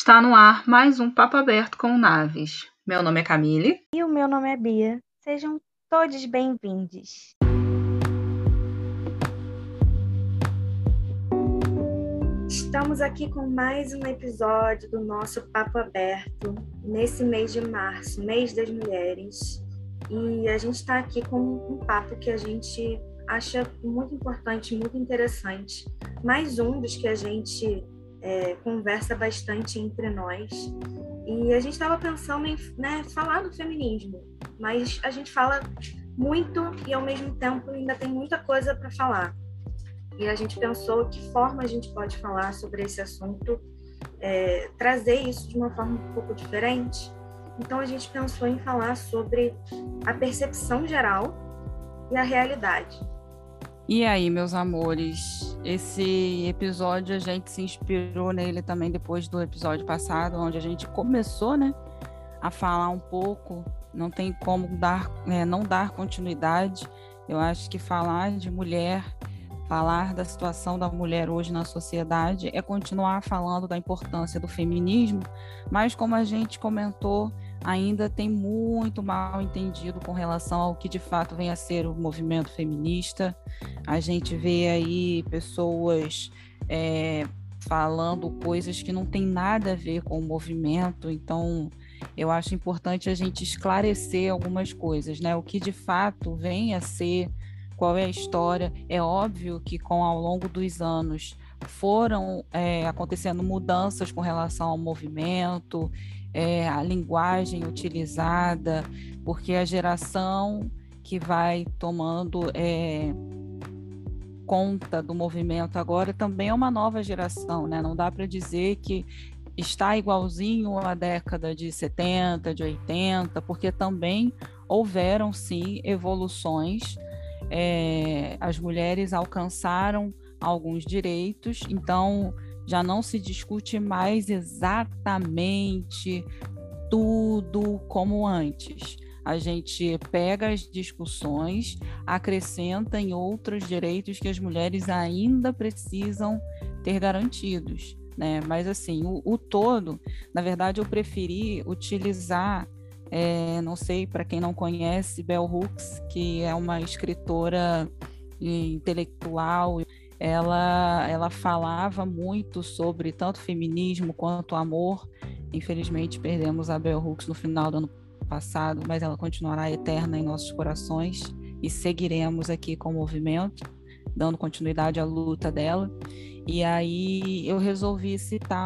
Está no ar mais um Papo Aberto com Naves. Meu nome é Camille. E o meu nome é Bia. Sejam todos bem-vindos. Estamos aqui com mais um episódio do nosso Papo Aberto, nesse mês de março, mês das mulheres. E a gente está aqui com um papo que a gente acha muito importante, muito interessante. Mais um dos que a gente conversa bastante entre nós. E a gente estava pensando em falar do feminismo, mas a gente fala muito e, ao mesmo tempo, ainda tem muita coisa para falar. E a gente pensou que forma a gente pode falar sobre esse assunto, trazer isso de uma forma um pouco diferente. Então, a gente pensou em falar sobre a percepção geral e a realidade. E aí, meus amores, esse episódio a gente se inspirou nele também depois do episódio passado, onde a gente começou, a falar um pouco. Não tem como não dar continuidade. Eu acho que falar de mulher, falar da situação da mulher hoje na sociedade é continuar falando da importância do feminismo, mas como a gente comentou, ainda tem muito mal entendido com relação ao que de fato vem a ser o movimento feminista. A gente vê aí pessoas falando coisas que não tem nada a ver com o movimento, então eu acho importante a gente esclarecer algumas coisas, o que de fato vem a ser, qual é a história. É óbvio que ao longo dos anos foram acontecendo mudanças com relação ao movimento, a linguagem utilizada, porque a geração que vai tomando conta do movimento agora também é uma nova geração, Não dá para dizer que está igualzinho à década de 70, de 80, porque também houveram, sim, evoluções. As mulheres alcançaram alguns direitos, então já não se discute mais exatamente tudo como antes. A gente pega as discussões, acrescenta em outros direitos que as mulheres ainda precisam ter garantidos, Mas assim, o todo, na verdade, eu preferi utilizar, não sei, para quem não conhece, Bell Hooks, que é uma escritora intelectual. Ela falava muito sobre tanto feminismo quanto amor. Infelizmente perdemos a Bell Hooks no final do ano passado, mas ela continuará eterna em nossos corações e seguiremos aqui com o movimento, dando continuidade à luta dela. E aí eu resolvi citar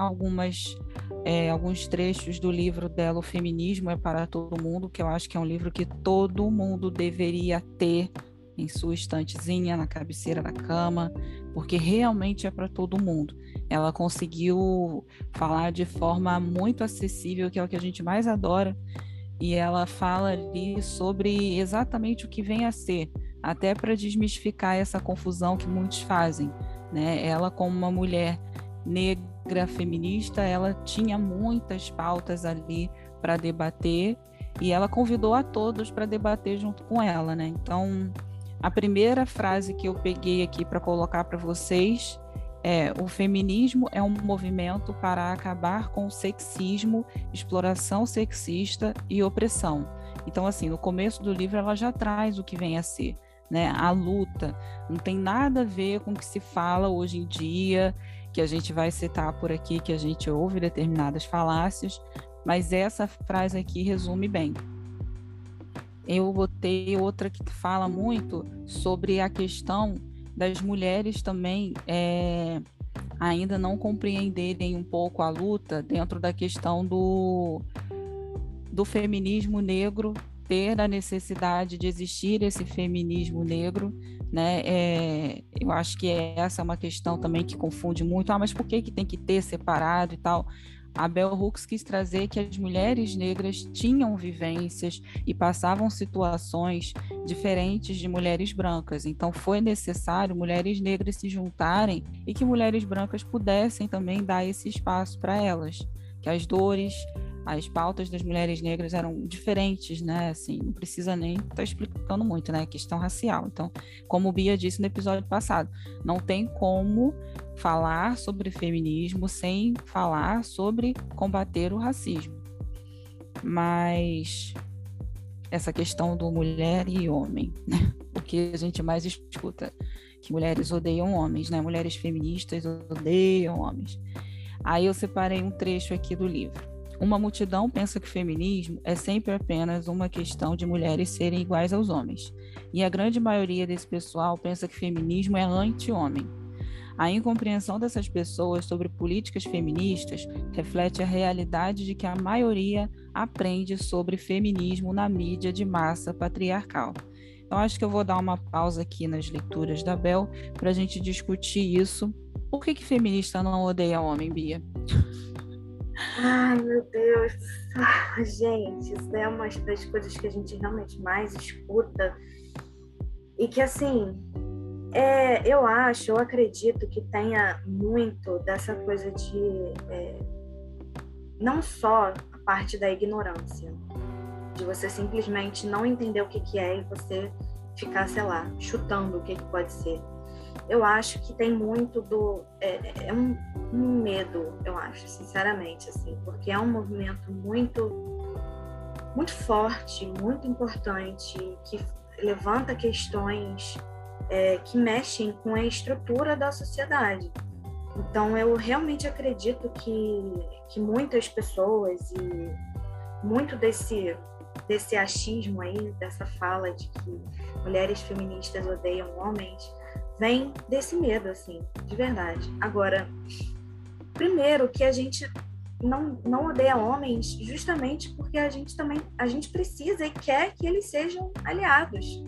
alguns trechos do livro dela, O Feminismo é para Todo Mundo, que eu acho que é um livro que todo mundo deveria ter em sua estantezinha, na cabeceira da cama, porque realmente é para todo mundo. Ela conseguiu falar de forma muito acessível, que é o que a gente mais adora, e ela fala ali sobre exatamente o que vem a ser, até para desmistificar essa confusão que muitos fazem, Ela, como uma mulher negra feminista, ela tinha muitas pautas ali para debater, e ela convidou a todos para debater junto com ela, Então, a primeira frase que eu peguei aqui para colocar para vocês é: o feminismo é um movimento para acabar com o sexismo, exploração sexista e opressão. Então, assim, no começo do livro ela já traz o que vem a ser, a luta. Não tem nada a ver com o que se fala hoje em dia, que a gente vai citar por aqui, que a gente ouve determinadas falácias, mas essa frase aqui resume bem. Eu botei outra que fala muito sobre a questão das mulheres também ainda não compreenderem um pouco a luta dentro da questão do feminismo negro, ter a necessidade de existir esse feminismo negro, eu acho que essa é uma questão também que confunde muito. Mas por que tem que ter separado e tal? A Bell Hooks quis trazer que as mulheres negras tinham vivências e passavam situações diferentes de mulheres brancas. Então, foi necessário mulheres negras se juntarem e que mulheres brancas pudessem também dar esse espaço para elas, que as dores, as pautas das mulheres negras eram diferentes, né? Assim, não precisa nem estar explicando muito, né? A questão racial. Então, como o Bia disse no episódio passado, não tem como falar sobre feminismo sem falar sobre combater o racismo. Mas essa questão do mulher e homem, né? O que a gente mais escuta, que mulheres odeiam homens, né? Mulheres feministas odeiam homens. Aí eu separei um trecho aqui do livro. Uma multidão pensa que o feminismo é sempre apenas uma questão de mulheres serem iguais aos homens. E a grande maioria desse pessoal pensa que feminismo é anti-homem. A incompreensão dessas pessoas sobre políticas feministas reflete a realidade de que a maioria aprende sobre feminismo na mídia de massa patriarcal. Então, acho que eu vou dar uma pausa aqui nas leituras da Bel para a gente discutir isso. Por que feminista não odeia homem, Bia? Ai, meu Deus. Gente, isso é uma das coisas que a gente realmente mais escuta. E que, assim, eu acredito que tenha muito dessa coisa de... não só a parte da ignorância, de você simplesmente não entender o que é e você ficar, sei lá, chutando o que pode ser. Eu acho que tem muito um medo, eu acho, sinceramente, assim, porque é um movimento muito, muito forte, muito importante, que levanta questões que mexem com a estrutura da sociedade. Então, eu realmente acredito que muitas pessoas e muito desse achismo aí, dessa fala de que mulheres feministas odeiam homens, vem desse medo, assim, de verdade. Agora, primeiro que a gente não odeia homens justamente porque a gente precisa e quer que eles sejam aliados.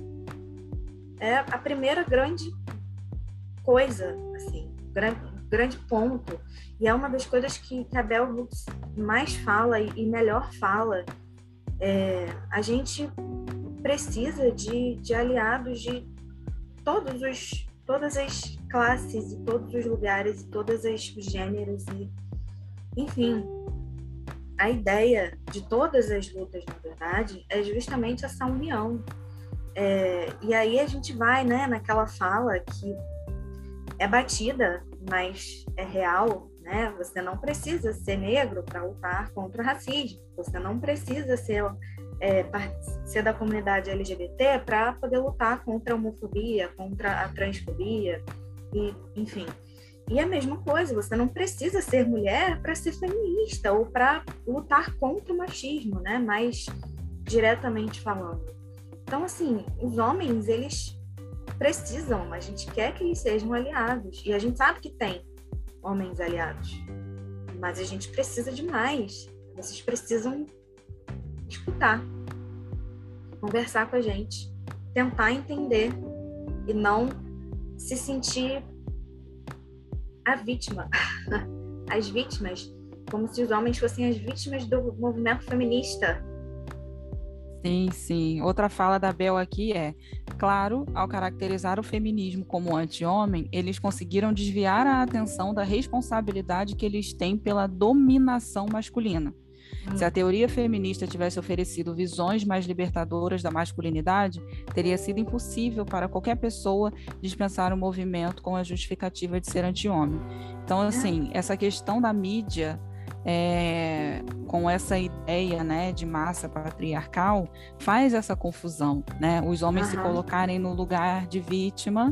É a primeira grande coisa, assim, grande ponto. E é uma das coisas que a Bell Hooks mais fala e melhor fala. A gente precisa de aliados de todas as classes e todos os lugares e todos os gêneros e, enfim, a ideia de todas as lutas, na verdade, é justamente essa união. E aí a gente vai, né, naquela fala que é batida, mas é real, né? Você não precisa ser negro para lutar contra o racismo. Você não precisa ser da comunidade LGBT para poder lutar contra a homofobia, contra a transfobia, e, enfim. E a mesma coisa, você não precisa ser mulher para ser feminista ou para lutar contra o machismo, né? Mais diretamente falando. Então, assim, os homens, eles precisam, a gente quer que eles sejam aliados. E a gente sabe que tem homens aliados. Mas a gente precisa de mais. Vocês precisam escutar, conversar com a gente, tentar entender e não se sentir a vítima. As vítimas, como se os homens fossem as vítimas do movimento feminista. Sim, sim. Outra fala da Bel aqui claro, ao caracterizar o feminismo como anti-homem, eles conseguiram desviar a atenção da responsabilidade que eles têm pela dominação masculina. Se a teoria feminista tivesse oferecido visões mais libertadoras da masculinidade, teria sido impossível para qualquer pessoa dispensar o movimento com a justificativa de ser anti-homem. Então, assim, essa questão da mídia, com essa ideia, né, de massa patriarcal, faz essa confusão, né? Os homens se colocarem no lugar de vítima.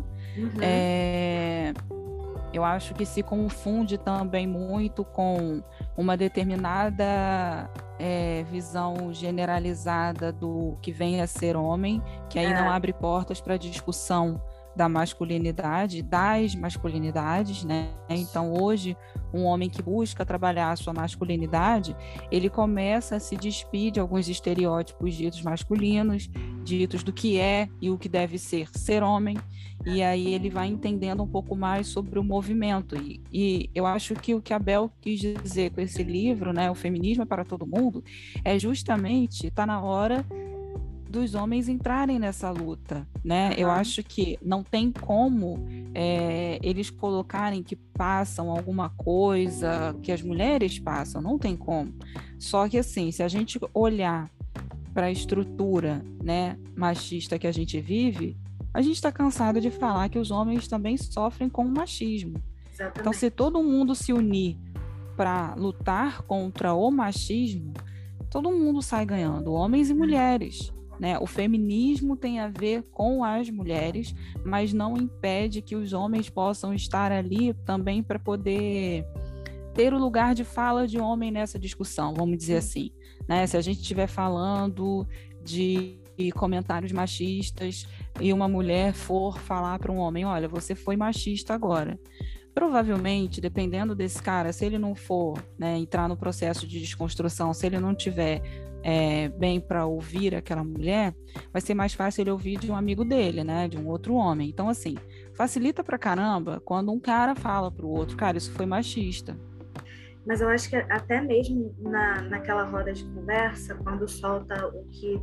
Eu acho que se confunde também muito com uma determinada visão generalizada do que vem a ser homem, que aí não abre portas para discussão da masculinidade, das masculinidades, né? Então, hoje, um homem que busca trabalhar a sua masculinidade, ele começa a se despir de alguns estereótipos ditos masculinos, ditos do que é e o que deve ser homem, e aí ele vai entendendo um pouco mais sobre o movimento. E eu acho que o que a Bel quis dizer com esse livro, né, O Feminismo é para Todo Mundo, é justamente, está na hora dos homens entrarem nessa luta, né? Eu acho que não tem como eles colocarem que passam alguma coisa que as mulheres passam, não tem como. Só que assim, se a gente olhar para a estrutura, né, machista que a gente vive, a gente está cansado de falar que os homens também sofrem com o machismo. Exatamente. Então, se todo mundo se unir para lutar contra o machismo, todo mundo sai ganhando, homens e mulheres, né? O feminismo tem a ver com as mulheres, mas não impede que os homens possam estar ali também para poder ter o lugar de fala de homem nessa discussão, vamos dizer assim, né? Se a gente estiver falando de comentários machistas e uma mulher for falar para um homem, olha, você foi machista agora. Provavelmente, dependendo desse cara, se ele não for, né, entrar no processo de desconstrução, se ele não tiver bem para ouvir aquela mulher, vai ser mais fácil ele ouvir de um amigo dele, né, de um outro homem. Então, assim, facilita pra caramba quando um cara fala pro outro, cara, isso foi machista. Mas eu acho que até mesmo naquela roda de conversa, quando solta o que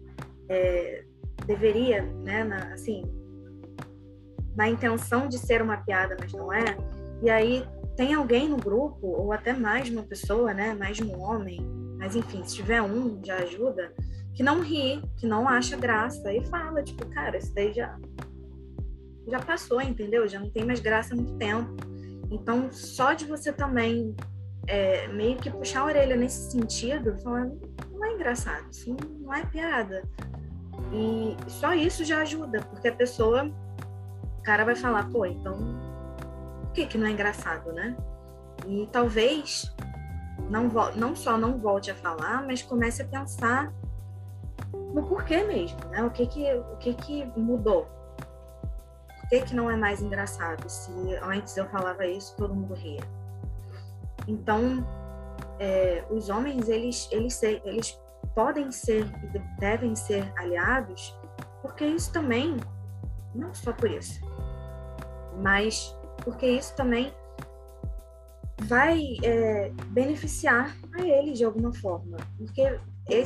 deveria, né, assim, na intenção de ser uma piada, mas não é, e aí tem alguém no grupo, ou até mais de uma pessoa, né, mais de um homem, mas enfim, se tiver um, já ajuda, que não ri, que não acha graça, e fala, tipo, cara, isso daí já passou, entendeu? Já não tem mais graça há muito tempo. Então, só de você também meio que puxar a orelha nesse sentido, falando, não é engraçado, isso não é piada. E só isso já ajuda, porque a pessoa, o cara vai falar, pô, então, por que não é engraçado, né? E talvez não só não volte a falar, mas comece a pensar no porquê mesmo, né? O que mudou? Por que não é mais engraçado? Se antes eu falava isso, todo mundo ria. Então, os homens, eles podem ser e devem ser aliados, porque isso também, não só por isso, mas porque isso também vai beneficiar a eles de alguma forma. Porque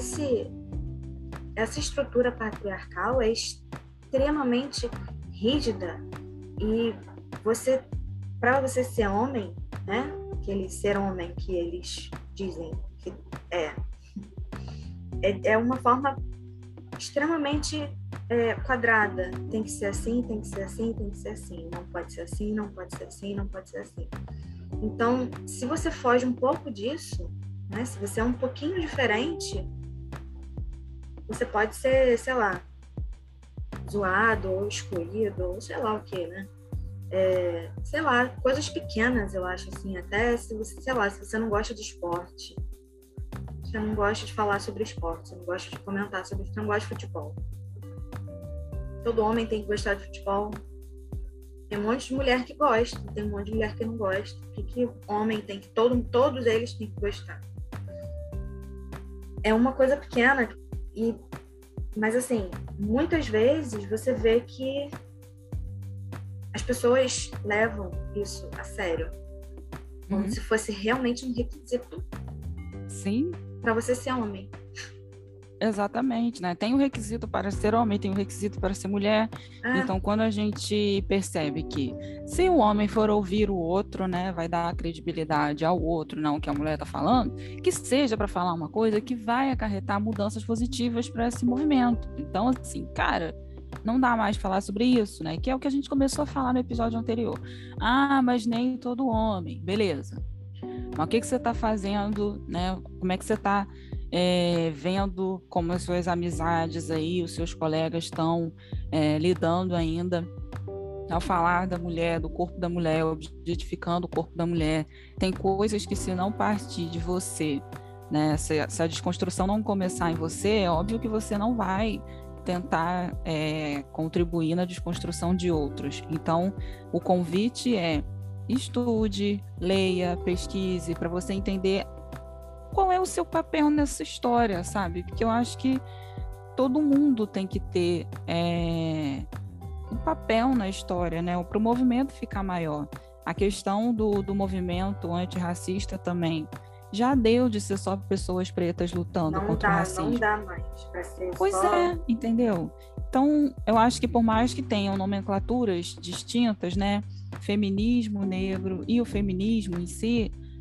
essa estrutura patriarcal é extremamente rígida e para você ser homem, né? Aquele ser homem que eles dizem que é uma forma extremamente quadrada. Tem que ser assim, tem que ser assim, tem que ser assim. Não pode ser assim, não pode ser assim, não pode ser assim. Então, se você foge um pouco disso, né? Se você é um pouquinho diferente, você pode ser, sei lá, zoado ou excluído, ou sei lá o que, né? Sei lá, coisas pequenas, eu acho, assim, até se você, sei lá, se você não gosta de esporte, você não gosta de falar sobre esporte, você não gosta de comentar sobre, você não gosta de futebol. Todo homem tem que gostar de futebol. Tem um monte de mulher que gosta, tem um monte de mulher que não gosta. O que homem tem que, todos eles têm que gostar. É uma coisa pequena, mas assim, muitas vezes você vê que as pessoas levam isso a sério, como se fosse realmente um requisito. Sim. Para você ser homem. Exatamente, né? Tem o requisito para ser homem, tem o requisito para ser mulher. Então, quando a gente percebe que se o homem for ouvir o outro, né, vai dar credibilidade ao outro, não que a mulher está falando, que seja para falar uma coisa que vai acarretar mudanças positivas para esse movimento. Então, assim, cara, não dá mais falar sobre isso, né? Que é o que a gente começou a falar no episódio anterior. Ah, mas nem todo homem. Beleza. Mas o que você está fazendo, né? Como é que você está vendo como as suas amizades aí, os seus colegas estão lidando ainda ao falar da mulher, do corpo da mulher, objetificando o corpo da mulher? Tem coisas que, se não partir de você, né? Se a desconstrução não começar em você, é óbvio que você não vai tentar contribuir na desconstrução de outros. Então, o convite é: estude, leia, pesquise, para você entender qual é o seu papel nessa história, sabe? Porque eu acho que todo mundo tem que ter um papel na história, né? Para o movimento ficar maior. A questão do movimento antirracista também já deu de ser só pessoas pretas lutando contra o racismo. Não dá mais para ser Pois só... entendeu? Então, eu acho que por mais que tenham nomenclaturas distintas, né? Feminismo negro e o feminismo em si,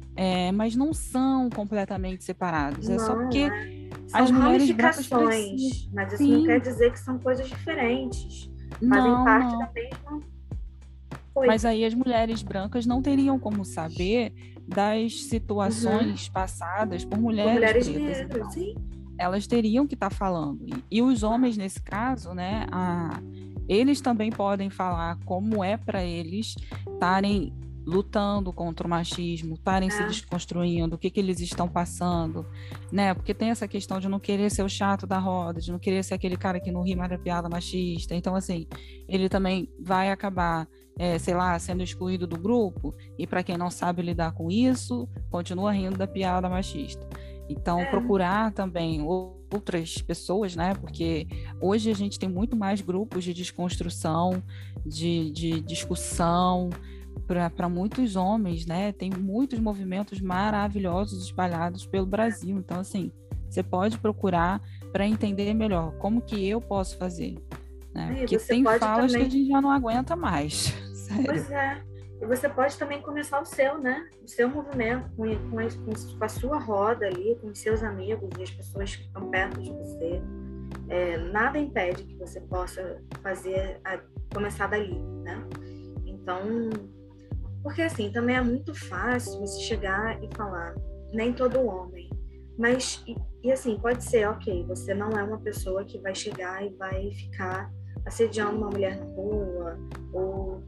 mas não são completamente separados. É só Não, porque são as mulheres brancas ramificações, mas isso Sim. não quer dizer que são coisas diferentes. Fazem Não, parte não. da mesma coisa. Mas aí as mulheres brancas não teriam como saber das situações passadas por Por mulheres mulheres pretas. negras, Então, sim. elas teriam que estar falando. E os homens, nesse caso, né, eles também podem falar como é para eles estarem lutando contra o machismo, estarem se desconstruindo, o que eles estão passando, né? Porque tem essa questão de não querer ser o chato da roda, de não querer ser aquele cara que não ri mais da piada machista. Então, assim, ele também vai acabar, sei lá, sendo excluído do grupo, e para quem não sabe lidar com isso, continua rindo da piada machista. Então, procurar também outras pessoas, né? Porque hoje a gente tem muito mais grupos de desconstrução, de discussão para muitos homens, né? Tem muitos movimentos maravilhosos espalhados pelo Brasil. Então, assim, você pode procurar para entender melhor como que eu posso fazer, né? Porque tem falas que a gente já não aguenta mais. Sério. Pois é. E você pode também começar o seu, né? O seu movimento, com a sua roda ali, com os seus amigos e as pessoas que estão perto de você. Nada impede que você possa começar dali, né? Então, porque assim, também é muito fácil você chegar e falar, nem todo homem. Mas, e assim, pode ser, ok, você não é uma pessoa que vai chegar e vai ficar assediando uma mulher na rua, ou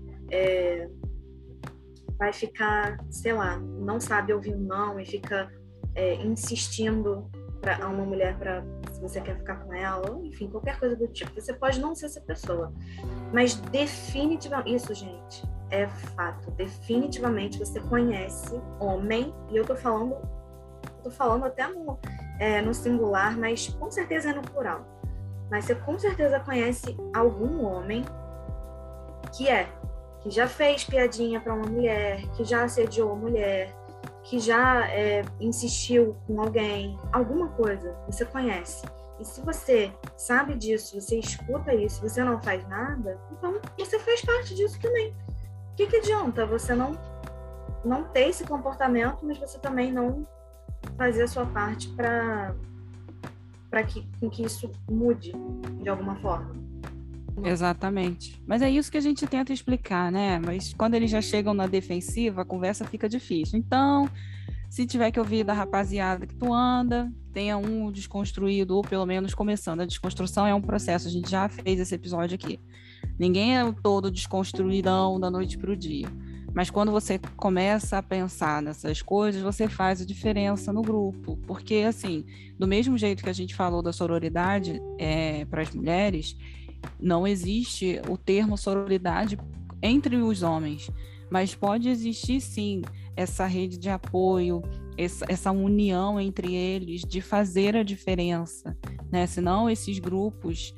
vai ficar, sei lá, não sabe ouvir um não e fica insistindo a uma mulher se você quer ficar com ela, ou enfim, qualquer coisa do tipo. Você pode não ser essa pessoa, mas definitivamente, isso, gente, é fato, definitivamente você conhece homem, e eu tô falando até no singular, mas com certeza é no plural, mas você com certeza conhece algum homem que já fez piadinha para uma mulher, que já assediou a mulher, que já insistiu com alguém, alguma coisa, você conhece. E se você sabe disso, você escuta isso, você não faz nada, então você faz parte disso também. O que adianta você não ter esse comportamento, mas você também não fazer a sua parte para que isso mude de alguma forma? Exatamente. Mas é isso que a gente tenta explicar, né? Mas quando eles já chegam na defensiva, a conversa fica difícil. Então, se tiver que ouvir da rapaziada que tu anda, tenha um desconstruído, ou pelo menos começando. A desconstrução é um processo, a gente já fez esse episódio aqui. Ninguém é todo desconstruidão da noite para o dia. Mas quando você começa a pensar nessas coisas, você faz a diferença no grupo. Porque, assim, do mesmo jeito que a gente falou da sororidade para as mulheres, não existe o termo sororidade entre os homens, mas pode existir sim essa rede de apoio, essa união entre eles de fazer a diferença, né? Senão esses grupos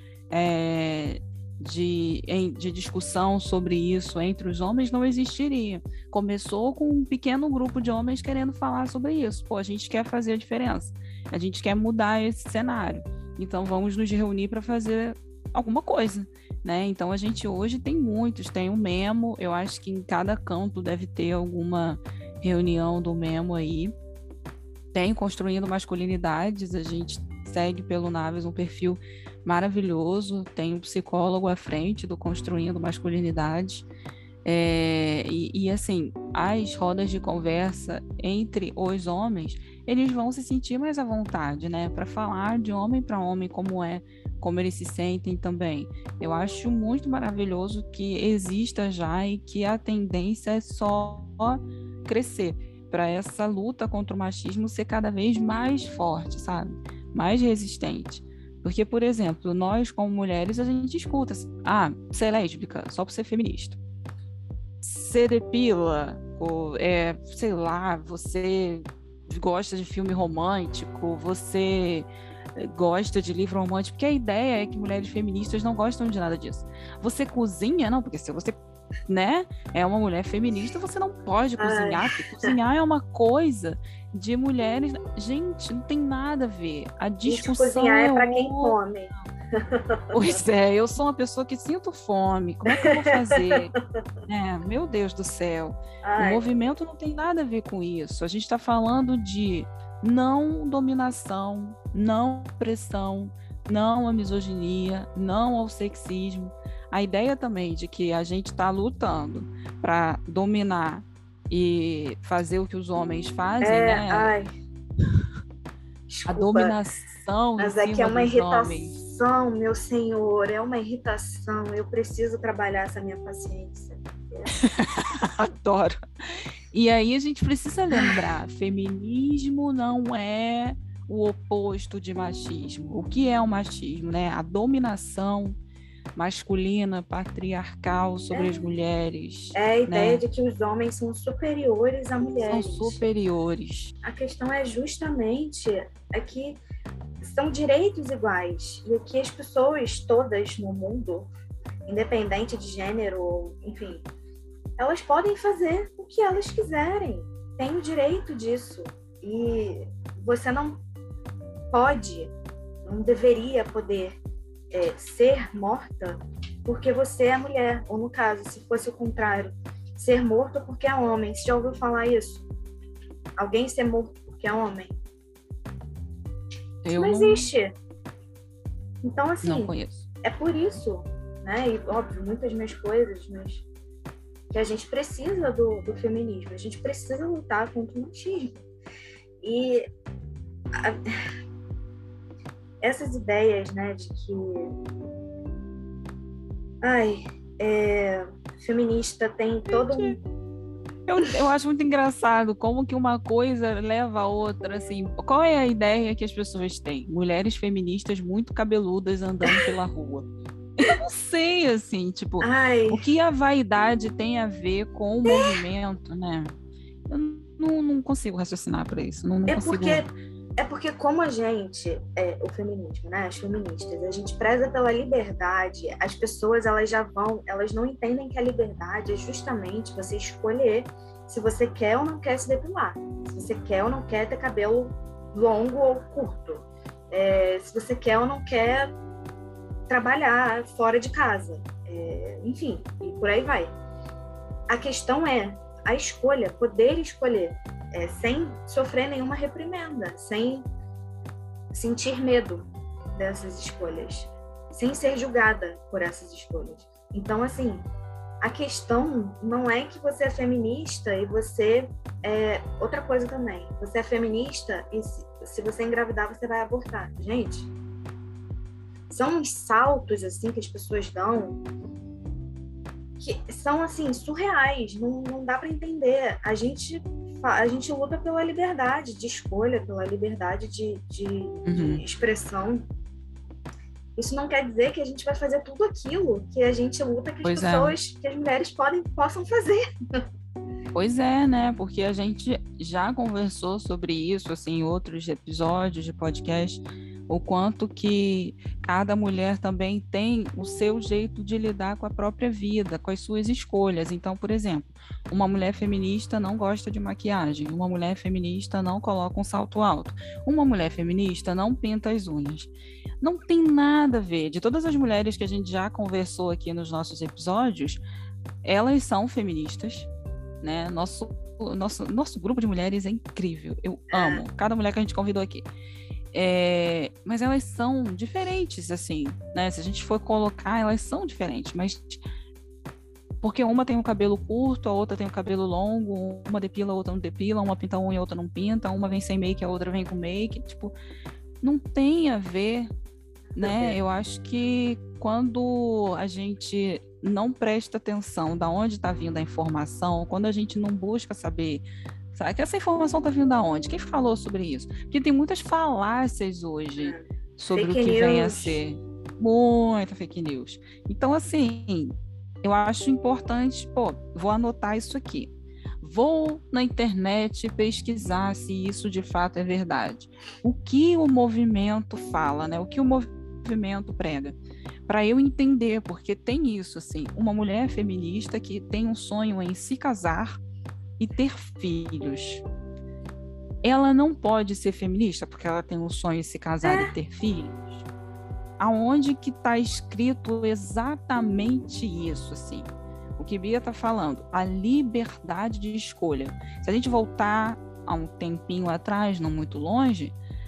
de discussão sobre isso entre os homens não existiria. Começou com um pequeno grupo de homens querendo falar sobre isso. Pô, a gente quer fazer a diferença, a gente quer mudar esse cenário, então vamos nos reunir para fazer alguma coisa, né? Então a gente hoje tem muitos, tem o Memo, eu acho que em cada canto deve ter alguma reunião do Memo aí. Tem Construindo Masculinidades, a gente segue pelo Naves um perfil maravilhoso, tem um psicólogo à frente do Construindo Masculinidades. E assim, as rodas de conversa entre os homens, eles vão se sentir mais à vontade, né? Para falar de homem para homem como eles se sentem também. Eu acho muito maravilhoso que exista já e que a tendência é só crescer para essa luta contra o machismo ser cada vez mais forte, sabe? Mais resistente. Porque, por exemplo, nós como mulheres, a gente escuta ser lésbica só por ser feminista. Você depila, ou sei lá, você gosta de filme romântico, você gosta de livro romântico, porque a ideia é que mulheres feministas não gostam de nada disso. Você cozinha? Não, porque se você, né, é uma mulher feminista, você não pode cozinhar, porque cozinhar é uma coisa de mulheres. Gente, não tem nada a ver. A discussão cozinhar é para quem come. Pois é, eu sou uma pessoa que sinto fome. Como é que eu vou fazer? Meu Deus do céu. O movimento não tem nada a ver com isso. A gente está falando de não dominação, não opressão, não à misoginia, não ao sexismo. A ideia também de que a gente está lutando para dominar e fazer o que os homens fazem, né? Desculpa, a dominação mas em aqui cima é uma dos irritação, homens. meu senhor, é uma irritação. Eu preciso trabalhar essa minha paciência. Adoro. E aí a gente precisa lembrar, feminismo não é o oposto de machismo. O que é o machismo, né? A dominação masculina, patriarcal sobre as mulheres. É a ideia de que os homens são superiores a mulheres. São superiores. A questão é justamente que são direitos iguais. E que as pessoas todas no mundo, independente de gênero, enfim, elas podem fazer o que elas quiserem. Tem o direito disso. E você não pode, não deveria poder ser morta porque você é mulher, ou no caso, se fosse o contrário, ser morto porque é homem. Você já ouviu falar isso? Alguém ser morto porque é homem? Isso não existe. Então, assim, não conheço. É por isso, né? E, óbvio, muitas mais coisas, mas que a gente precisa do feminismo, a gente precisa lutar contra o machismo. E essas ideias, né, de que feminista tem todo um... Eu acho muito engraçado como que uma coisa leva a outra, assim. Qual é a ideia que as pessoas têm? Mulheres feministas muito cabeludas andando pela rua. Eu não sei, assim, tipo, o que a vaidade tem a ver com o movimento, né? Eu não consigo raciocinar para isso. Não consigo... porque como a gente, o feminismo, né, as feministas, a gente preza pela liberdade, as pessoas, elas não entendem que a liberdade é justamente você escolher se você quer ou não quer se depilar, se você quer ou não quer ter cabelo longo ou curto, se você quer ou não quer trabalhar fora de casa, enfim, e por aí vai. A questão é a escolha, poder escolher, sem sofrer nenhuma reprimenda, sem sentir medo dessas escolhas, sem ser julgada por essas escolhas. Então, assim, a questão não é que você é feminista e você outra coisa também. Você é feminista e se você engravidar, você vai abortar. Gente, são uns saltos, assim, que as pessoas dão que são, assim, surreais. Não dá para entender. A gente luta pela liberdade de escolha, pela liberdade de expressão. Isso não quer dizer que a gente vai fazer tudo aquilo que a gente luta que as pessoas, que as mulheres possam fazer. Pois é, né? Porque a gente já conversou sobre isso, assim, em outros episódios de podcast, o quanto que cada mulher também tem o seu jeito de lidar com a própria vida, com as suas escolhas. Então, por exemplo, uma mulher feminista não gosta de maquiagem, uma mulher feminista não coloca um salto alto, uma mulher feminista não pinta as unhas. Não tem nada a ver. De todas as mulheres que a gente já conversou aqui nos nossos episódios, elas são feministas, né? Nosso grupo de mulheres é incrível. Eu amo cada mulher que a gente convidou aqui. Mas elas são diferentes, assim, né? Se a gente for colocar, elas são diferentes, mas porque uma tem o cabelo curto, a outra tem o cabelo longo, uma depila, a outra não depila, uma pinta a unha, a outra não pinta, uma vem sem make, a outra vem com make, tipo, não tem a ver, né? Eu acho que quando a gente não presta atenção de onde está vindo a informação, quando a gente não busca saber, sabe, que essa informação está vindo de onde? Quem falou sobre isso? Porque tem muitas falácias hoje sobre o que vem a ser. Muita fake news. Então, assim, eu acho importante, vou anotar isso aqui. Vou na internet pesquisar se isso de fato é verdade. O que o movimento fala, né? O que o movimento prega? Para eu entender, porque tem isso, assim, uma mulher feminista que tem um sonho em se casar e ter filhos. Ela não pode ser feminista porque ela tem um sonho em se casar e ter filhos? aonde que está escrito exatamente isso, assim? O que Bia está falando, a liberdade de escolha. Se a gente voltar há um tempinho atrás, não muito longe,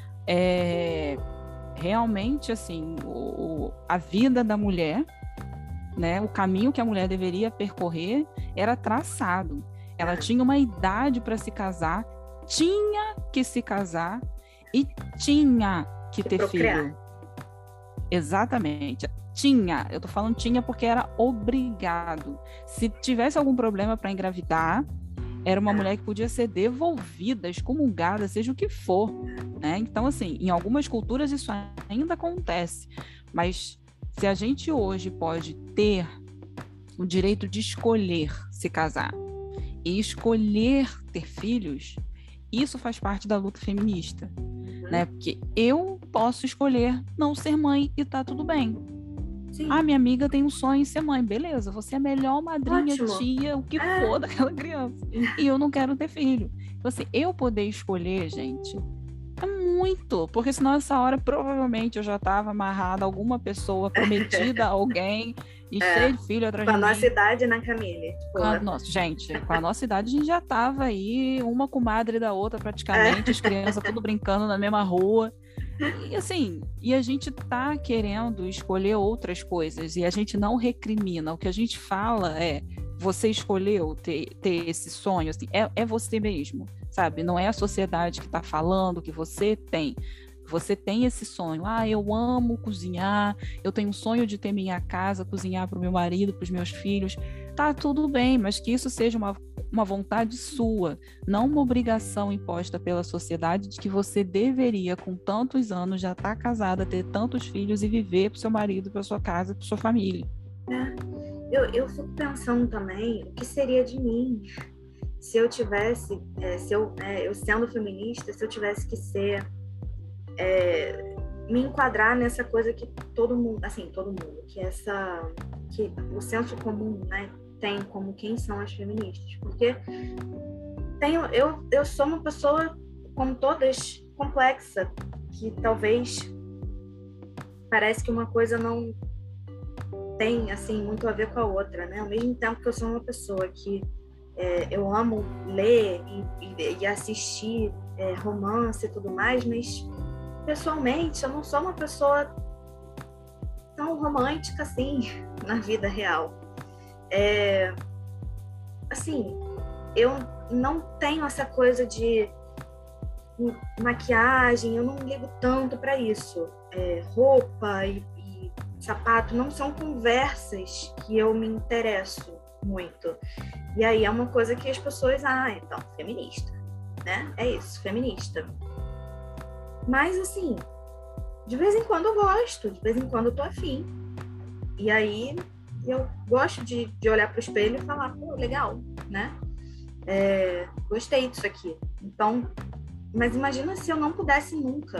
realmente, assim, a vida da mulher, né, o caminho que a mulher deveria percorrer era traçado. Ela tinha uma idade para se casar, tinha que se casar e tinha que ter procriar. filho. Exatamente. Tinha, eu tô falando tinha porque era obrigado. Se tivesse algum problema para engravidar, era uma mulher que podia ser devolvida, excomungada, seja o que for, né? Então, assim, em algumas culturas isso ainda acontece, mas se a gente hoje pode ter o direito de escolher se casar e escolher ter filhos, isso faz parte da luta feminista, né? Porque eu posso escolher não ser mãe e tá tudo bem. Sim. Ah, minha amiga tem um sonho em ser mãe. Beleza, você é a melhor madrinha, Ótimo. tia, o que for daquela criança. E eu não quero ter filho. Então, assim, eu poder escolher, gente, é muito. Porque senão, essa hora, provavelmente, eu já estava amarrada a alguma pessoa, prometida a alguém, e cheia de filho atrás de mim. Com a nossa idade, né, Camille? Gente, com a nossa idade, a gente já estava aí, uma comadre da outra, praticamente, as crianças tudo brincando na mesma rua. E assim, a gente tá querendo escolher outras coisas e a gente não recrimina. O que a gente fala é, você escolheu ter esse sonho, assim, é você mesmo, sabe? Não é a sociedade que tá falando que você tem. Você tem esse sonho. Ah, eu amo cozinhar, eu tenho um sonho de ter minha casa, cozinhar para o meu marido, para os meus filhos. Tá tudo bem, mas que isso seja uma vontade sua, não uma obrigação imposta pela sociedade de que você deveria, com tantos anos, já estar casada, ter tantos filhos e viver para o seu marido, para sua casa, para sua família. Eu fico pensando também o que seria de mim se eu tivesse, eu sendo feminista, se eu tivesse que ser me enquadrar nessa coisa que todo mundo, que o senso comum, né, tem como quem são as feministas, porque eu sou uma pessoa, como todas, complexa, que talvez parece que uma coisa não tem, assim, muito a ver com a outra, né, ao mesmo tempo que eu sou uma pessoa que eu amo ler e assistir romance e tudo mais, mas pessoalmente, eu não sou uma pessoa tão romântica assim na vida real. Assim, eu não tenho essa coisa de maquiagem, eu não ligo tanto para isso. Roupa e sapato não são conversas que eu me interesso muito. E aí é uma coisa que as pessoas, então, feminista, né? É isso, feminista. Mas, assim, de vez em quando eu gosto, de vez em quando eu tô afim. E aí eu gosto de olhar pro espelho e falar, pô, legal, né? Gostei disso aqui. Então, mas imagina se eu não pudesse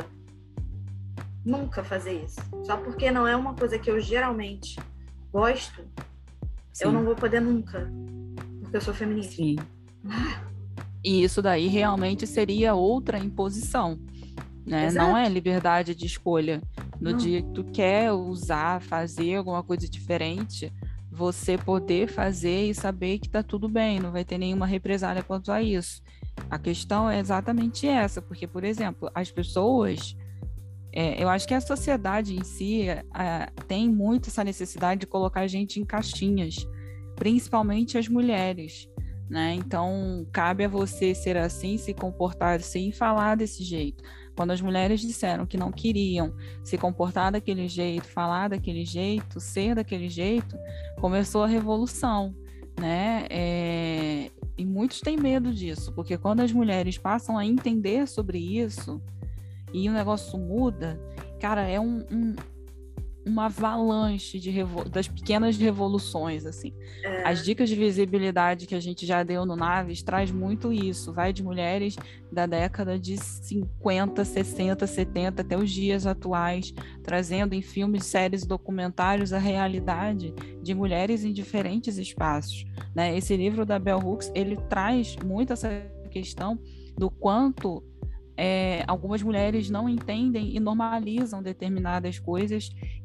nunca fazer isso. Só porque não é uma coisa que eu geralmente gosto, Sim. Eu não vou poder nunca, porque eu sou feminista. Sim. E isso daí realmente seria outra imposição. Né? Não é liberdade de escolha. No dia que tu quer usar, fazer alguma coisa diferente, você poder fazer e saber que tá tudo bem, não vai ter nenhuma represália quanto a isso. A questão é exatamente essa, porque, por exemplo, as pessoas, eu acho que a sociedade em si tem muito essa necessidade de colocar a gente em caixinhas, principalmente as mulheres. Né? Então, cabe a você ser assim, se comportar assim e falar desse jeito. Quando as mulheres disseram que não queriam se comportar daquele jeito, falar daquele jeito, ser daquele jeito, começou a revolução, né? E muitos têm medo disso, porque quando as mulheres passam a entender sobre isso e o negócio muda, cara, é uma avalanche das pequenas revoluções, assim. As dicas de visibilidade que a gente já deu no Naves traz muito isso, vai de mulheres da década de 50, 60, 70 até os dias atuais, trazendo em filmes, séries e documentários a realidade de mulheres em diferentes espaços, né? Esse livro da Bell Hooks, ele traz muito essa questão do quanto algumas mulheres não entendem e normalizam determinadas coisas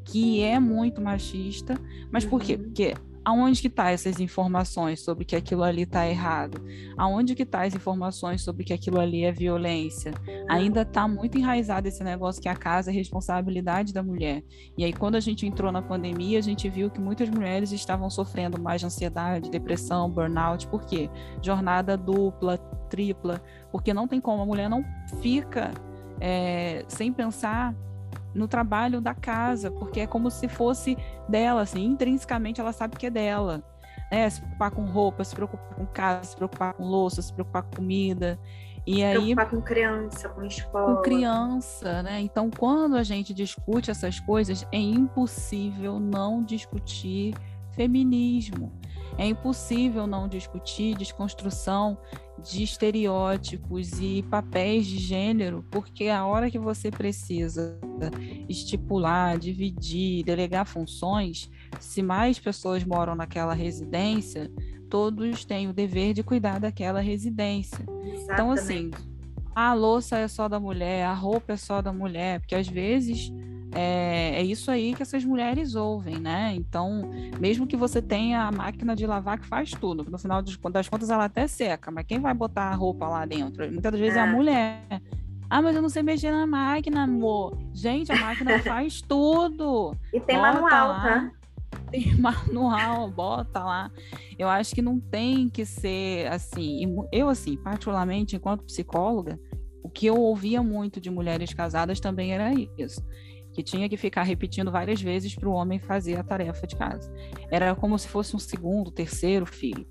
que é muito machista, mas por quê? Porque aonde que tá essas informações sobre que aquilo ali está errado? Aonde que tá as informações sobre que aquilo ali é violência? Ainda está muito enraizado esse negócio que a casa é responsabilidade da mulher. E aí, quando a gente entrou na pandemia, a gente viu que muitas mulheres estavam sofrendo mais de ansiedade, depressão, burnout. Por quê? Jornada dupla, tripla, porque não tem como, a mulher não fica sem pensar no trabalho da casa, porque é como se fosse dela, assim, intrinsecamente ela sabe que é dela, né? Se preocupar com roupa, se preocupar com casa, se preocupar com louça, se preocupar com comida, e aí preocupar com criança, com escola. Com criança, né? Então, quando a gente discute essas coisas, é impossível não discutir feminismo. É impossível não discutir desconstrução de estereótipos e papéis de gênero, porque a hora que você precisa estipular, dividir, delegar funções, se mais pessoas moram naquela residência, todos têm o dever de cuidar daquela residência. Exatamente. Então, assim, a louça é só da mulher, a roupa é só da mulher, porque às vezes é isso aí que essas mulheres ouvem, né? Então, mesmo que você tenha a máquina de lavar que faz tudo, no final das contas ela até seca, mas quem vai botar a roupa lá dentro? Muitas das vezes é a mulher. Ah, mas eu não sei mexer na máquina, amor. Gente, a máquina faz tudo. E tem manual, lá, tá? Tem manual, bota lá. Eu acho que não tem que ser assim. Eu, assim, particularmente, enquanto psicóloga, o que eu ouvia muito de mulheres casadas também era isso. Que tinha que ficar repetindo várias vezes para o homem fazer a tarefa de casa. Era como se fosse um segundo, terceiro filho.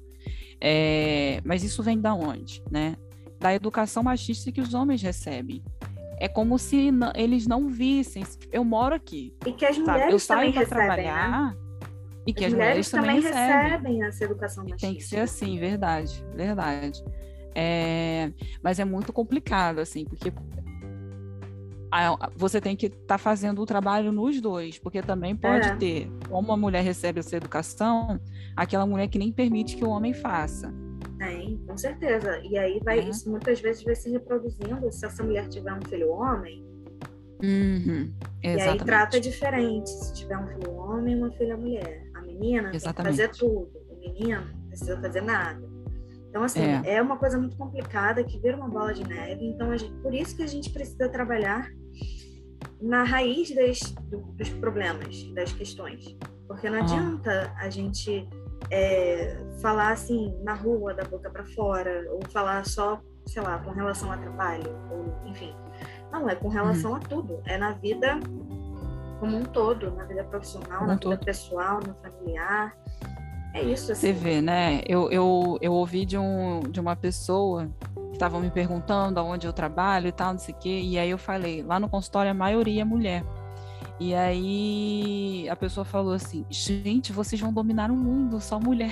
Mas isso vem da onde, né? Da educação machista que os homens recebem. É como se eles não vissem. Eu moro aqui. E que as mulheres eu saio também para recebem, trabalhar, né? E que as mulheres também recebem essa educação machista. Tem que ser assim, verdade. Mas é muito complicado, assim, porque você tem que estar fazendo o trabalho nos dois, porque também pode ter, como a mulher recebe essa educação, aquela mulher que nem permite que o homem faça. Tem, com certeza. E aí isso muitas vezes vai se reproduzindo se essa mulher tiver um filho homem. E aí trata diferente se tiver um filho homem e uma filha mulher. A menina tem que fazer tudo, o menino não precisa fazer nada. Então, assim, é uma coisa muito complicada que vira uma bola de neve. Então, por isso que a gente precisa trabalhar na raiz dos problemas, das questões. Porque não adianta a gente falar assim, na rua, da boca para fora, ou falar só, sei lá, com relação a trabalho, ou enfim. Não, é com relação a tudo. É na vida como um todo, na vida profissional, na vida pessoal, no familiar. É isso, assim. Você vê, né? Eu ouvi de uma pessoa que estava me perguntando aonde eu trabalho e tal, não sei o quê, e aí eu falei, lá no consultório a maioria é mulher. E aí a pessoa falou assim, gente, vocês vão dominar o mundo, só mulher.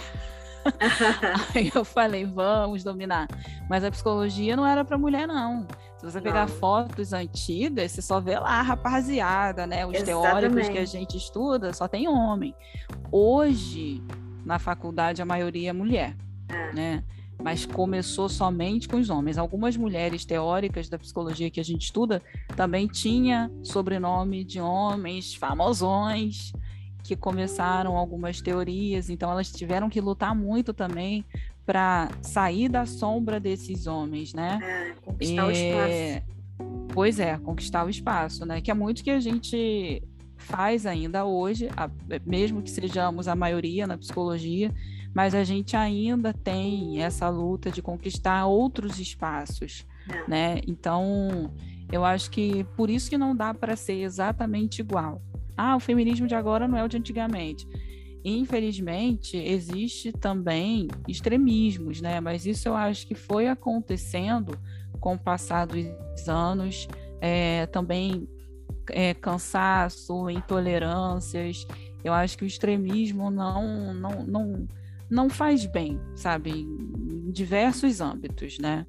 Aí eu falei, vamos dominar. Mas a psicologia não era para mulher, não. Se você pegar fotos antigas, você só vê lá a rapaziada, né? Os teóricos que a gente estuda, só tem homem. Hoje, na faculdade, a maioria é mulher, né? Mas começou somente com os homens. Algumas mulheres teóricas da psicologia que a gente estuda também tinha sobrenome de homens famosões que começaram algumas teorias, então elas tiveram que lutar muito também para sair da sombra desses homens, né? Conquistar o espaço. Pois é, conquistar o espaço, né? Que é muito que a gente faz ainda hoje, mesmo que sejamos a maioria na psicologia, mas a gente ainda tem essa luta de conquistar outros espaços, né? Então, eu acho que por isso que não dá para ser exatamente igual. O feminismo de agora não é o de antigamente. Infelizmente, existe também extremismos, né? Mas isso eu acho que foi acontecendo com o passar dos anos, também cansaço, intolerâncias. Eu acho que o extremismo não faz bem, sabe? Em diversos âmbitos, né?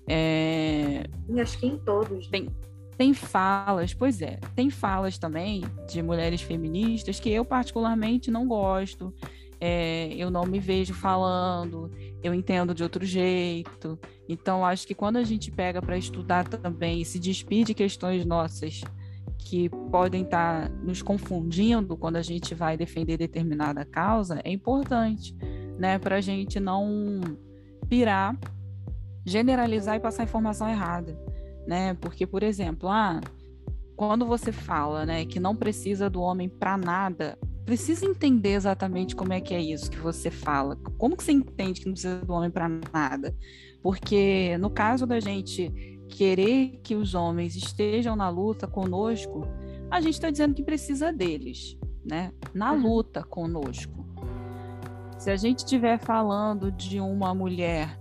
E acho que em todos. Tem falas, tem falas também de mulheres feministas que eu particularmente não gosto, eu não me vejo falando, eu entendo de outro jeito. Então, acho que quando a gente pega para estudar também e se despir de questões nossas que podem estar nos confundindo quando a gente vai defender determinada causa, é importante, né, para a gente não pirar, generalizar e passar informação errada, né? Porque, por exemplo, quando você fala, né, que não precisa do homem para nada, precisa entender exatamente como é que é isso que você fala. Como que você entende que não precisa do homem para nada? Porque no caso da gente querer que os homens estejam na luta conosco, a gente está dizendo que precisa deles, né? Na luta conosco. Se a gente estiver falando de uma mulher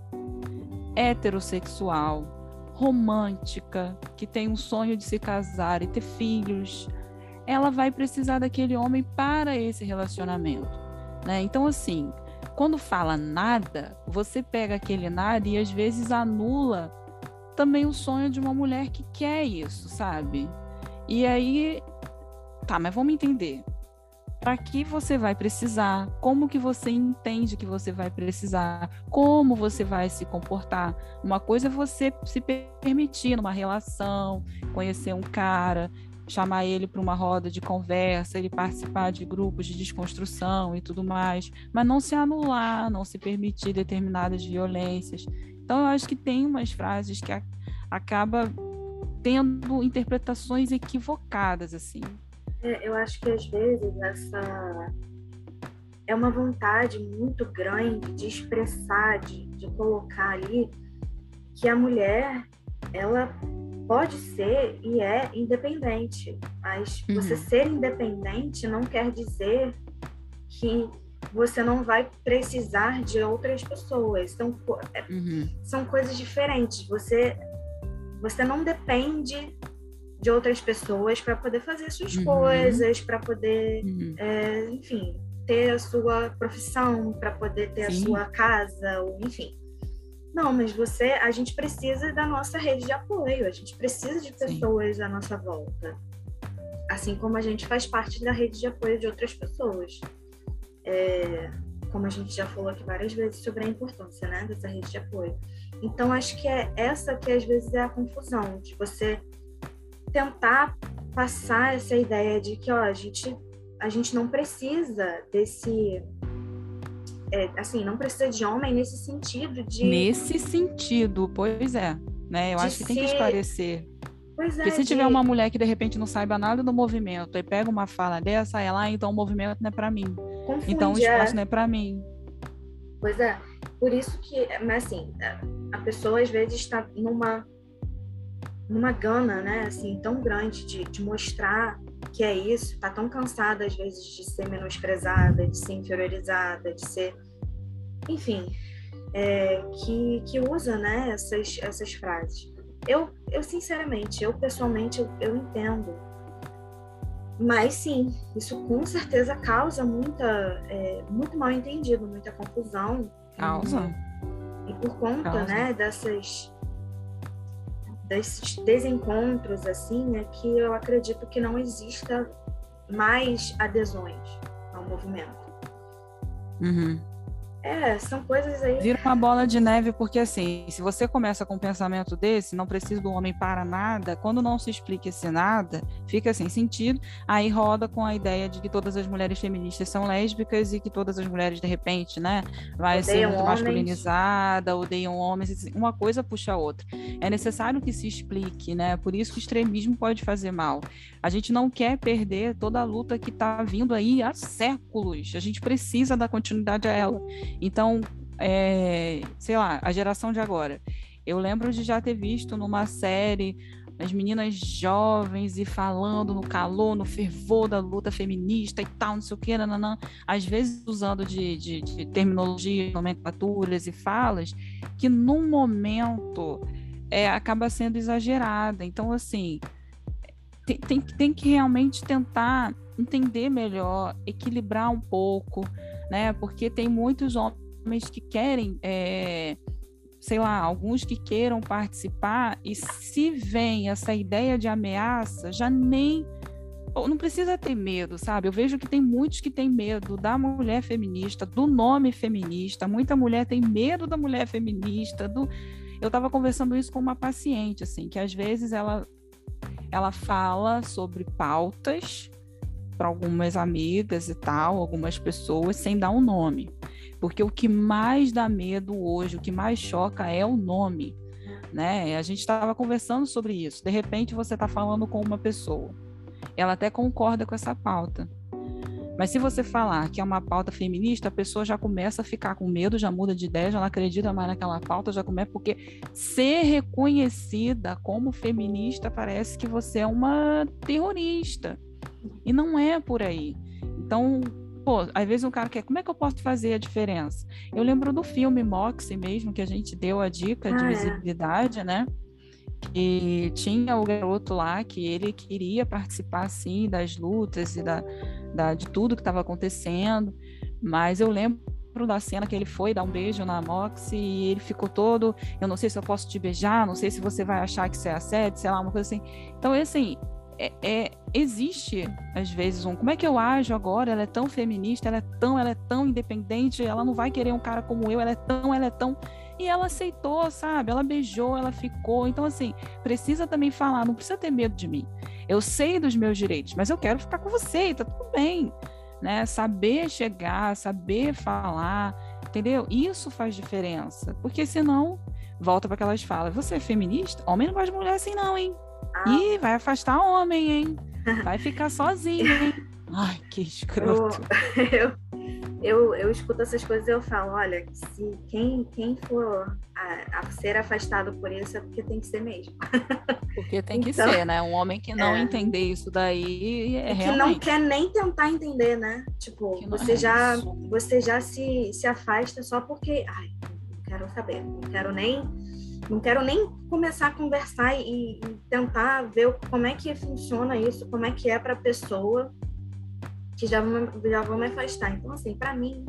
heterossexual, romântica, que tem um sonho de se casar e ter filhos, ela vai precisar daquele homem para esse relacionamento, né? Então, assim, quando fala nada, você pega aquele nada e às vezes anula também o sonho de uma mulher que quer isso, sabe? E aí, tá, mas vamos entender. Para que você vai precisar? Como que você entende que você vai precisar? Como você vai se comportar? Uma coisa é você se permitir numa relação, conhecer um cara, chamar ele para uma roda de conversa, ele participar de grupos de desconstrução e tudo mais, mas não se anular, não se permitir determinadas violências. Então, eu acho que tem umas frases que acaba tendo interpretações equivocadas, assim. Eu acho que às vezes essa é uma vontade muito grande de expressar, de colocar ali que a mulher, ela pode ser e é independente, mas você ser independente não quer dizer que você não vai precisar de outras pessoas. São coisas diferentes. Você não depende de outras pessoas para poder fazer suas coisas, para poder, enfim, ter a sua profissão, para poder ter a sua casa, ou, enfim. Não, mas a gente precisa da nossa rede de apoio, a gente precisa de pessoas à nossa volta. Assim como a gente faz parte da rede de apoio de outras pessoas. Como a gente já falou aqui várias vezes sobre a importância, né, dessa rede de apoio. Então, acho que é essa que às vezes é a confusão, de você tentar passar essa ideia de que, a gente não precisa desse... assim, não precisa de homem nesse sentido de... Nesse sentido, pois é, né? Eu acho que tem que esclarecer. Pois Porque se tiver uma mulher que de repente não saiba nada do movimento e pega uma fala dessa, então o movimento não é para mim. Confunde, então o espaço não é para mim. Pois é, por isso que, mas assim, a pessoa às vezes está numa gana, né, assim, tão grande de mostrar que é isso, tá tão cansada às vezes de ser menosprezada, de ser inferiorizada, de ser, enfim, que usa, né, essas frases. Eu sinceramente, pessoalmente, eu entendo, mas sim, isso com certeza causa muito mal entendido, muita confusão. Causa. E por conta, né, desses desencontros, assim, é que eu acredito que não exista mais adesões ao movimento. São coisas aí... Vira uma bola de neve, porque assim, se você começa com um pensamento desse, não precisa do homem para nada, quando não se explica esse nada, fica sem sentido, aí roda com a ideia de que todas as mulheres feministas são lésbicas e que todas as mulheres, de repente, né, vai ser muito masculinizada, odeiam homens, uma coisa puxa a outra. É necessário que se explique, né, por isso que o extremismo pode fazer mal. A gente não quer perder toda a luta que está vindo aí há séculos, a gente precisa dar continuidade a ela. Então, sei lá, a geração de agora. Eu lembro de já ter visto numa série as meninas jovens e falando no calor, no fervor da luta feminista e tal, não sei o que, nananã, às vezes usando de terminologia, nomenclaturas e falas que num momento acaba sendo exagerada. Então, assim, tem que realmente tentar entender melhor, equilibrar um pouco, né? Porque tem muitos homens que querem, sei lá, alguns que queiram participar, e se vem essa ideia de ameaça, já nem... Não precisa ter medo, sabe? Eu vejo que tem muitos que têm medo da mulher feminista, do nome feminista. Muita mulher tem medo da mulher feminista. Eu estava conversando isso com uma paciente, assim, que às vezes ela ela fala sobre pautas para algumas amigas e tal, algumas pessoas, sem dar um nome. Porque o que mais dá medo hoje, o que mais choca é o nome, né? A gente estava conversando sobre isso. De repente você está falando com uma pessoa, ela até concorda com essa pauta. Mas se você falar que é uma pauta feminista, a pessoa já começa a ficar com medo, já muda de ideia, já não acredita mais naquela pauta, já começa, porque ser reconhecida como feminista parece que você é uma terrorista. E não é por aí. Então, pô, às vezes o cara quer, como é que eu posso fazer a diferença? Eu lembro do filme Moxie mesmo, que a gente deu a dica de visibilidade, né? E tinha o garoto lá que ele queria participar, sim, das lutas e de tudo que estava acontecendo, mas eu lembro da cena que ele foi dar um beijo na Moxie e ele ficou todo, eu não sei se eu posso te beijar, não sei se você vai achar que isso é assédio, sei lá, uma coisa assim. Então, assim, existe, às vezes, como é que eu ajo agora? Ela é tão feminista, ela é tão independente, ela não vai querer um cara como eu, ela é tão... E ela aceitou, sabe? Ela beijou, ela ficou. Então, assim, precisa também falar, não precisa ter medo de mim. Eu sei dos meus direitos, mas eu quero ficar com você, e tá tudo bem, né? Saber chegar, saber falar, entendeu? Isso faz diferença, porque senão, volta para aquelas falas, você é feminista? Homem não gosta de mulher assim não, hein? Ih, vai afastar homem, hein? Vai ficar sozinho, hein? Ai, que escroto. Eu escuto essas coisas e eu falo, olha, se quem for a ser afastado por isso é porque tem que ser mesmo. Porque tem que ser, né? Um homem que não entender isso daí realmente... Que não quer nem tentar entender, né? Tipo, você já se afasta só porque... Ai, não quero saber, não quero nem começar a conversar e tentar ver como é que funciona isso, como é que é para a pessoa, que já vão me afastar. Então, assim, para mim,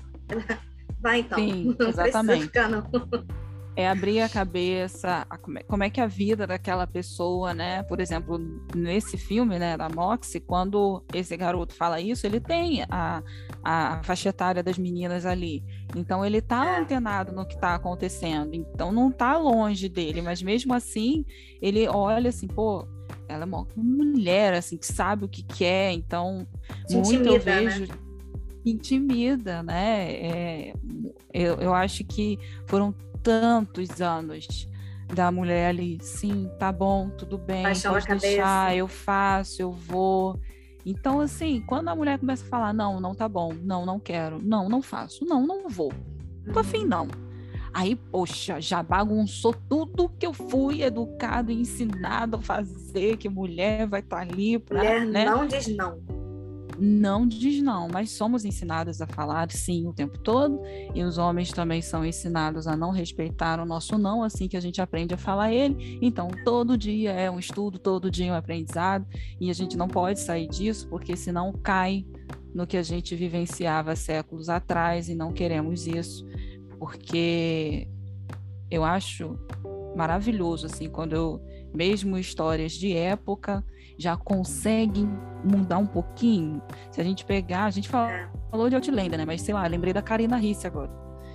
vai então. Sim, não exatamente. Precisa ficar, não. É abrir a cabeça, como é que a vida daquela pessoa, né? Por exemplo, nesse filme, né, da Moxie, quando esse garoto fala isso, ele tem a faixa etária das meninas ali. Então, ele tá antenado no que está acontecendo. Então, não tá longe dele, mas mesmo assim, ele olha assim, pô, ela é uma mulher, assim, que sabe o que quer. Então, eu vejo... Né? Intimida, né? Eu acho que foram tantos anos da mulher ali, sim, tá bom, tudo bem, pode deixar, eu faço, eu vou. Então, assim, quando a mulher começa a falar, não tá bom, não quero, não faço, não vou, tô afim não. Aí, poxa, já bagunçou tudo que eu fui educado e ensinado a fazer, que mulher vai estar ali pra... Mulher né? não diz não. Não diz não, mas somos ensinadas a falar sim o tempo todo, e os homens também são ensinados a não respeitar o nosso não, assim que a gente aprende a falar ele. Então, todo dia é um estudo, todo dia é um aprendizado, e a gente não pode sair disso, porque senão cai no que a gente vivenciava séculos atrás, e não queremos isso, porque eu acho maravilhoso, assim, quando mesmo histórias de época já conseguem mudar um pouquinho. Se a gente pegar, a gente falou de Outlander, né? Mas sei lá, lembrei da Karina Ricci agora.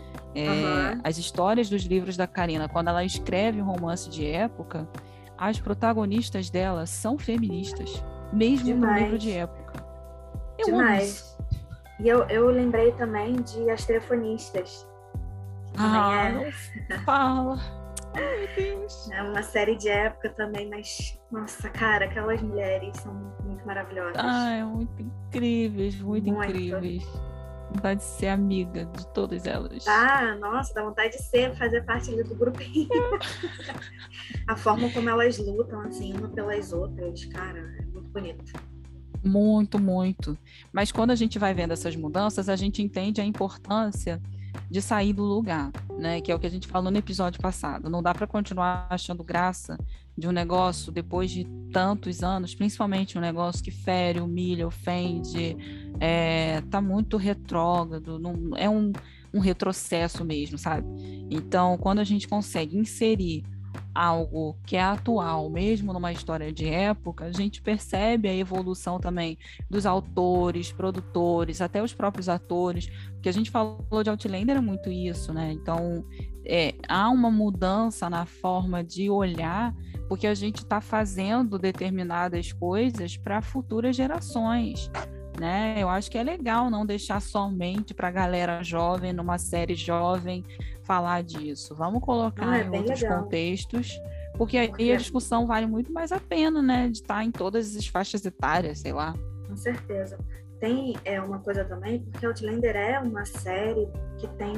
As histórias dos livros da Karina, quando ela escreve um romance de época, as protagonistas dela são feministas, mesmo no livro de época. Demais. E eu lembrei também de As Telefonistas. Não fala. Ai, meu Deus. É uma série de época também, mas, nossa, cara, aquelas mulheres são muito maravilhosas. Muito incríveis, muito incríveis. Vontade de ser amiga de todas elas. Nossa, dá vontade de fazer parte ali do grupinho. A forma como elas lutam, assim, uma pelas outras, cara, é muito bonito. Muito, muito. Mas quando a gente vai vendo essas mudanças, a gente entende a importância de sair do lugar, né? Que é o que a gente falou no episódio passado. Não dá para continuar achando graça de um negócio depois de tantos anos, principalmente um negócio que fere, humilha, ofende, tá muito retrógrado, não, é um retrocesso mesmo, sabe? Então, quando a gente consegue inserir algo que é atual, mesmo numa história de época, a gente percebe a evolução também dos autores, produtores, até os próprios atores, porque a gente falou de Outlander, é muito isso, né? Então, há uma mudança na forma de olhar, porque a gente está fazendo determinadas coisas para futuras gerações, né? Eu acho que é legal não deixar somente para a galera jovem, numa série jovem, falar disso. Vamos colocar em outros contextos, porque aí a discussão vale muito mais a pena, né? De estar em todas as faixas etárias, sei lá. Com certeza. Tem uma coisa também, porque Outlander é uma série que tem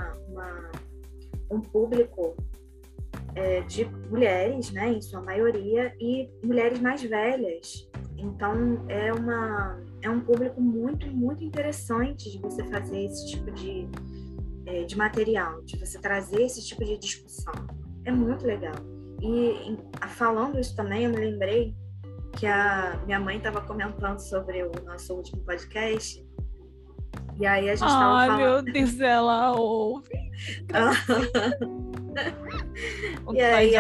um público de mulheres, né, em sua maioria, e mulheres mais velhas. Então, é um público muito, muito interessante de você fazer esse tipo de material, de você trazer esse tipo de discussão. É muito legal. E falando isso também, eu me lembrei que a minha mãe estava comentando sobre o nosso último podcast, e aí a gente estava falando... Ai, meu Deus, ela ouve. E aí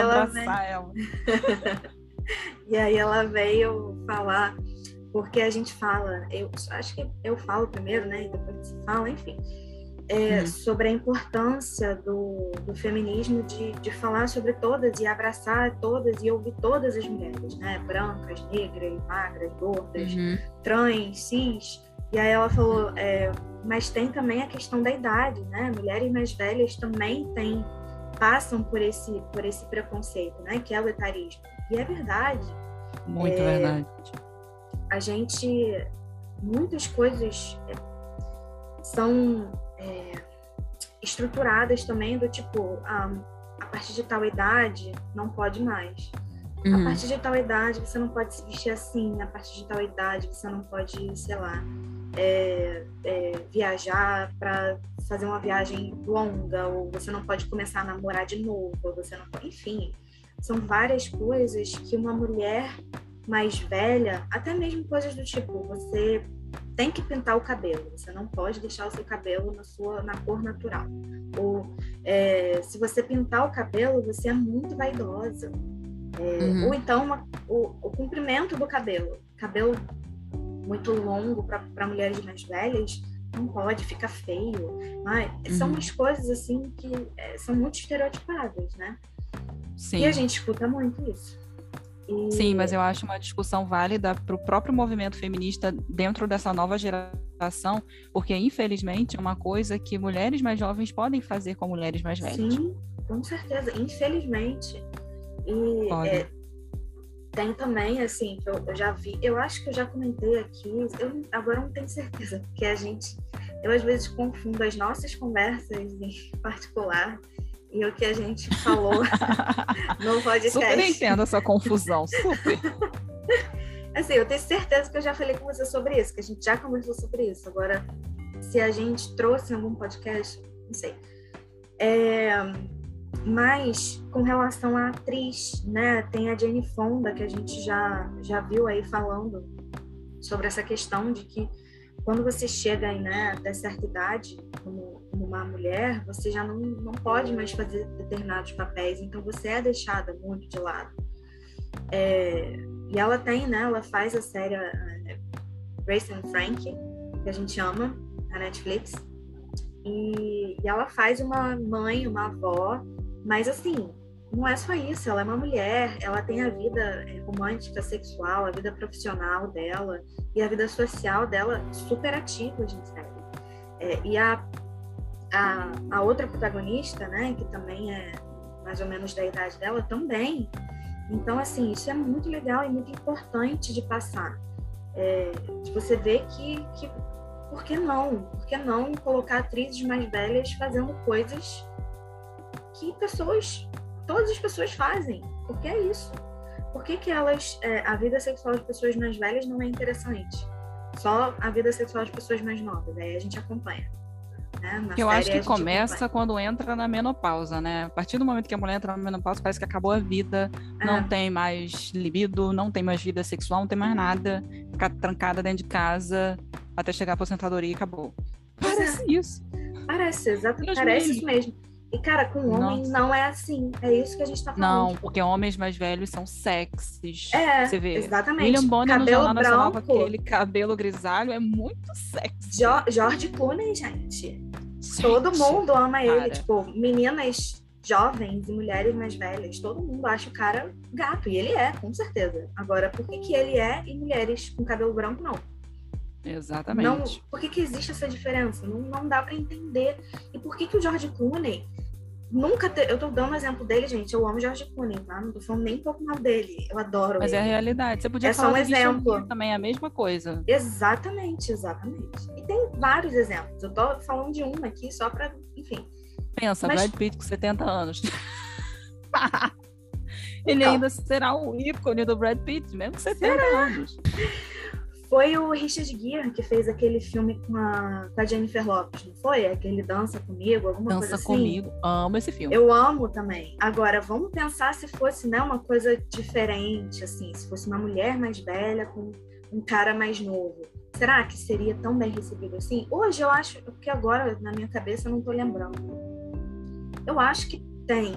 ela veio falar, porque a gente fala, eu acho que eu falo primeiro, né, e depois você fala, enfim, sobre a importância do feminismo de falar sobre todas e abraçar todas e ouvir todas as mulheres, né, brancas, negras, magras, gordas, trans, cis. E aí ela falou, mas tem também a questão da idade, né, mulheres mais velhas também passam por esse preconceito, né, que é o etarismo. E é verdade. Muito verdade. A gente... Muitas coisas são estruturadas também do tipo, a partir de tal idade não pode mais. A partir de tal idade você não pode se vestir assim. A partir de tal idade você não pode, sei lá, viajar para fazer uma viagem longa, ou você não pode começar a namorar de novo, ou você não pode... Enfim, são várias coisas que uma mulher mais velha, até mesmo coisas do tipo, você tem que pintar o cabelo, você não pode deixar o seu cabelo na cor natural. Ou se você pintar o cabelo, você é muito vaidosa. Ou então o comprimento do cabelo muito longo para mulheres mais velhas não pode, fica feio. São umas coisas assim que são muito estereotipadas, né? Sim. E a gente escuta muito isso. Sim, mas eu acho uma discussão válida para o próprio movimento feminista dentro dessa nova geração, porque infelizmente é uma coisa que mulheres mais jovens podem fazer com mulheres mais velhas. Sim, com certeza, infelizmente. E tem também, assim, que eu já vi, eu acho que eu já comentei aqui, agora não tenho certeza, porque eu às vezes confundo as nossas conversas em particular e o que a gente falou no podcast. Super entendo essa confusão, super. Assim, eu tenho certeza que eu já falei com você sobre isso, que a gente já conversou sobre isso. Agora, se a gente trouxe em algum podcast, não sei. Mas, com relação à atriz, né, tem a Jane Fonda, que a gente já viu aí falando sobre essa questão de que quando você chega aí, né, até certa idade, como uma mulher, você já não pode mais fazer determinados papéis, então você é deixada muito de lado. E ela tem, né, ela faz a série Grace and Frank, que a gente ama, na Netflix, e ela faz uma mãe, uma avó, mas assim, não é só isso, ela é uma mulher, ela tem a vida romântica, sexual, a vida profissional dela e a vida social dela super ativa, gente, sério. E a outra protagonista, né, que também é mais ou menos da idade dela, também. Então, assim, isso é muito legal e muito importante de passar. De você ver que por que não? Por que não colocar atrizes mais velhas fazendo coisas que todas as pessoas fazem? Por que é isso? Por que a vida sexual de pessoas mais velhas não é interessante? Só a vida sexual de pessoas mais novas, aí a gente acompanha. Eu acho que começa quando entra na menopausa, né? A partir do momento que a mulher entra na menopausa, parece que acabou a vida, não tem mais libido, não tem mais vida sexual, não tem mais nada, ficar trancada dentro de casa até chegar à aposentadoria e acabou. Parece isso. Parece, exatamente, parece isso mesmo. E, cara, com homem não é assim. É isso que a gente tá falando. Não, porque homens mais velhos são sexys. Você vê. Exatamente. William Bonner no Jornal Nacional com branco. aquele cabelo grisalho é muito sexy. George Clooney, gente. Todo mundo ama ele, cara. tipo, meninas jovens e mulheres mais velhas, todo mundo acha o cara gato, e ele é, com certeza. Agora, por que ele é e mulheres com cabelo branco não? Exatamente. Não, por que existe essa diferença? Não dá pra entender. E por que o George Clooney eu tô dando um exemplo dele, gente, eu amo o George Clooney, tá? Não tô falando nem um pouco mal dele, eu adoro Mas ele. é a realidade. Você podia É só falar um do Richard exemplo. Gere também, é a mesma coisa. Exatamente. E tem vários exemplos. Eu tô falando de um aqui só pra, enfim. Pensa, Mas- Brad Pitt com 70 anos. Ele Então. ainda será o ícone do Brad Pitt, mesmo com 70 anos. Foi o Richard Gere que fez aquele filme com a Jennifer Lopez, não foi? Aquele Dança Comigo, alguma coisa Dança assim? Comigo, amo esse filme. Eu amo também. Agora, vamos pensar se fosse, né, uma coisa diferente, assim, se fosse uma mulher mais velha com um cara mais novo. Será que seria tão bem recebido assim? Hoje eu acho, porque agora na minha cabeça eu não tô lembrando. Eu acho que tem.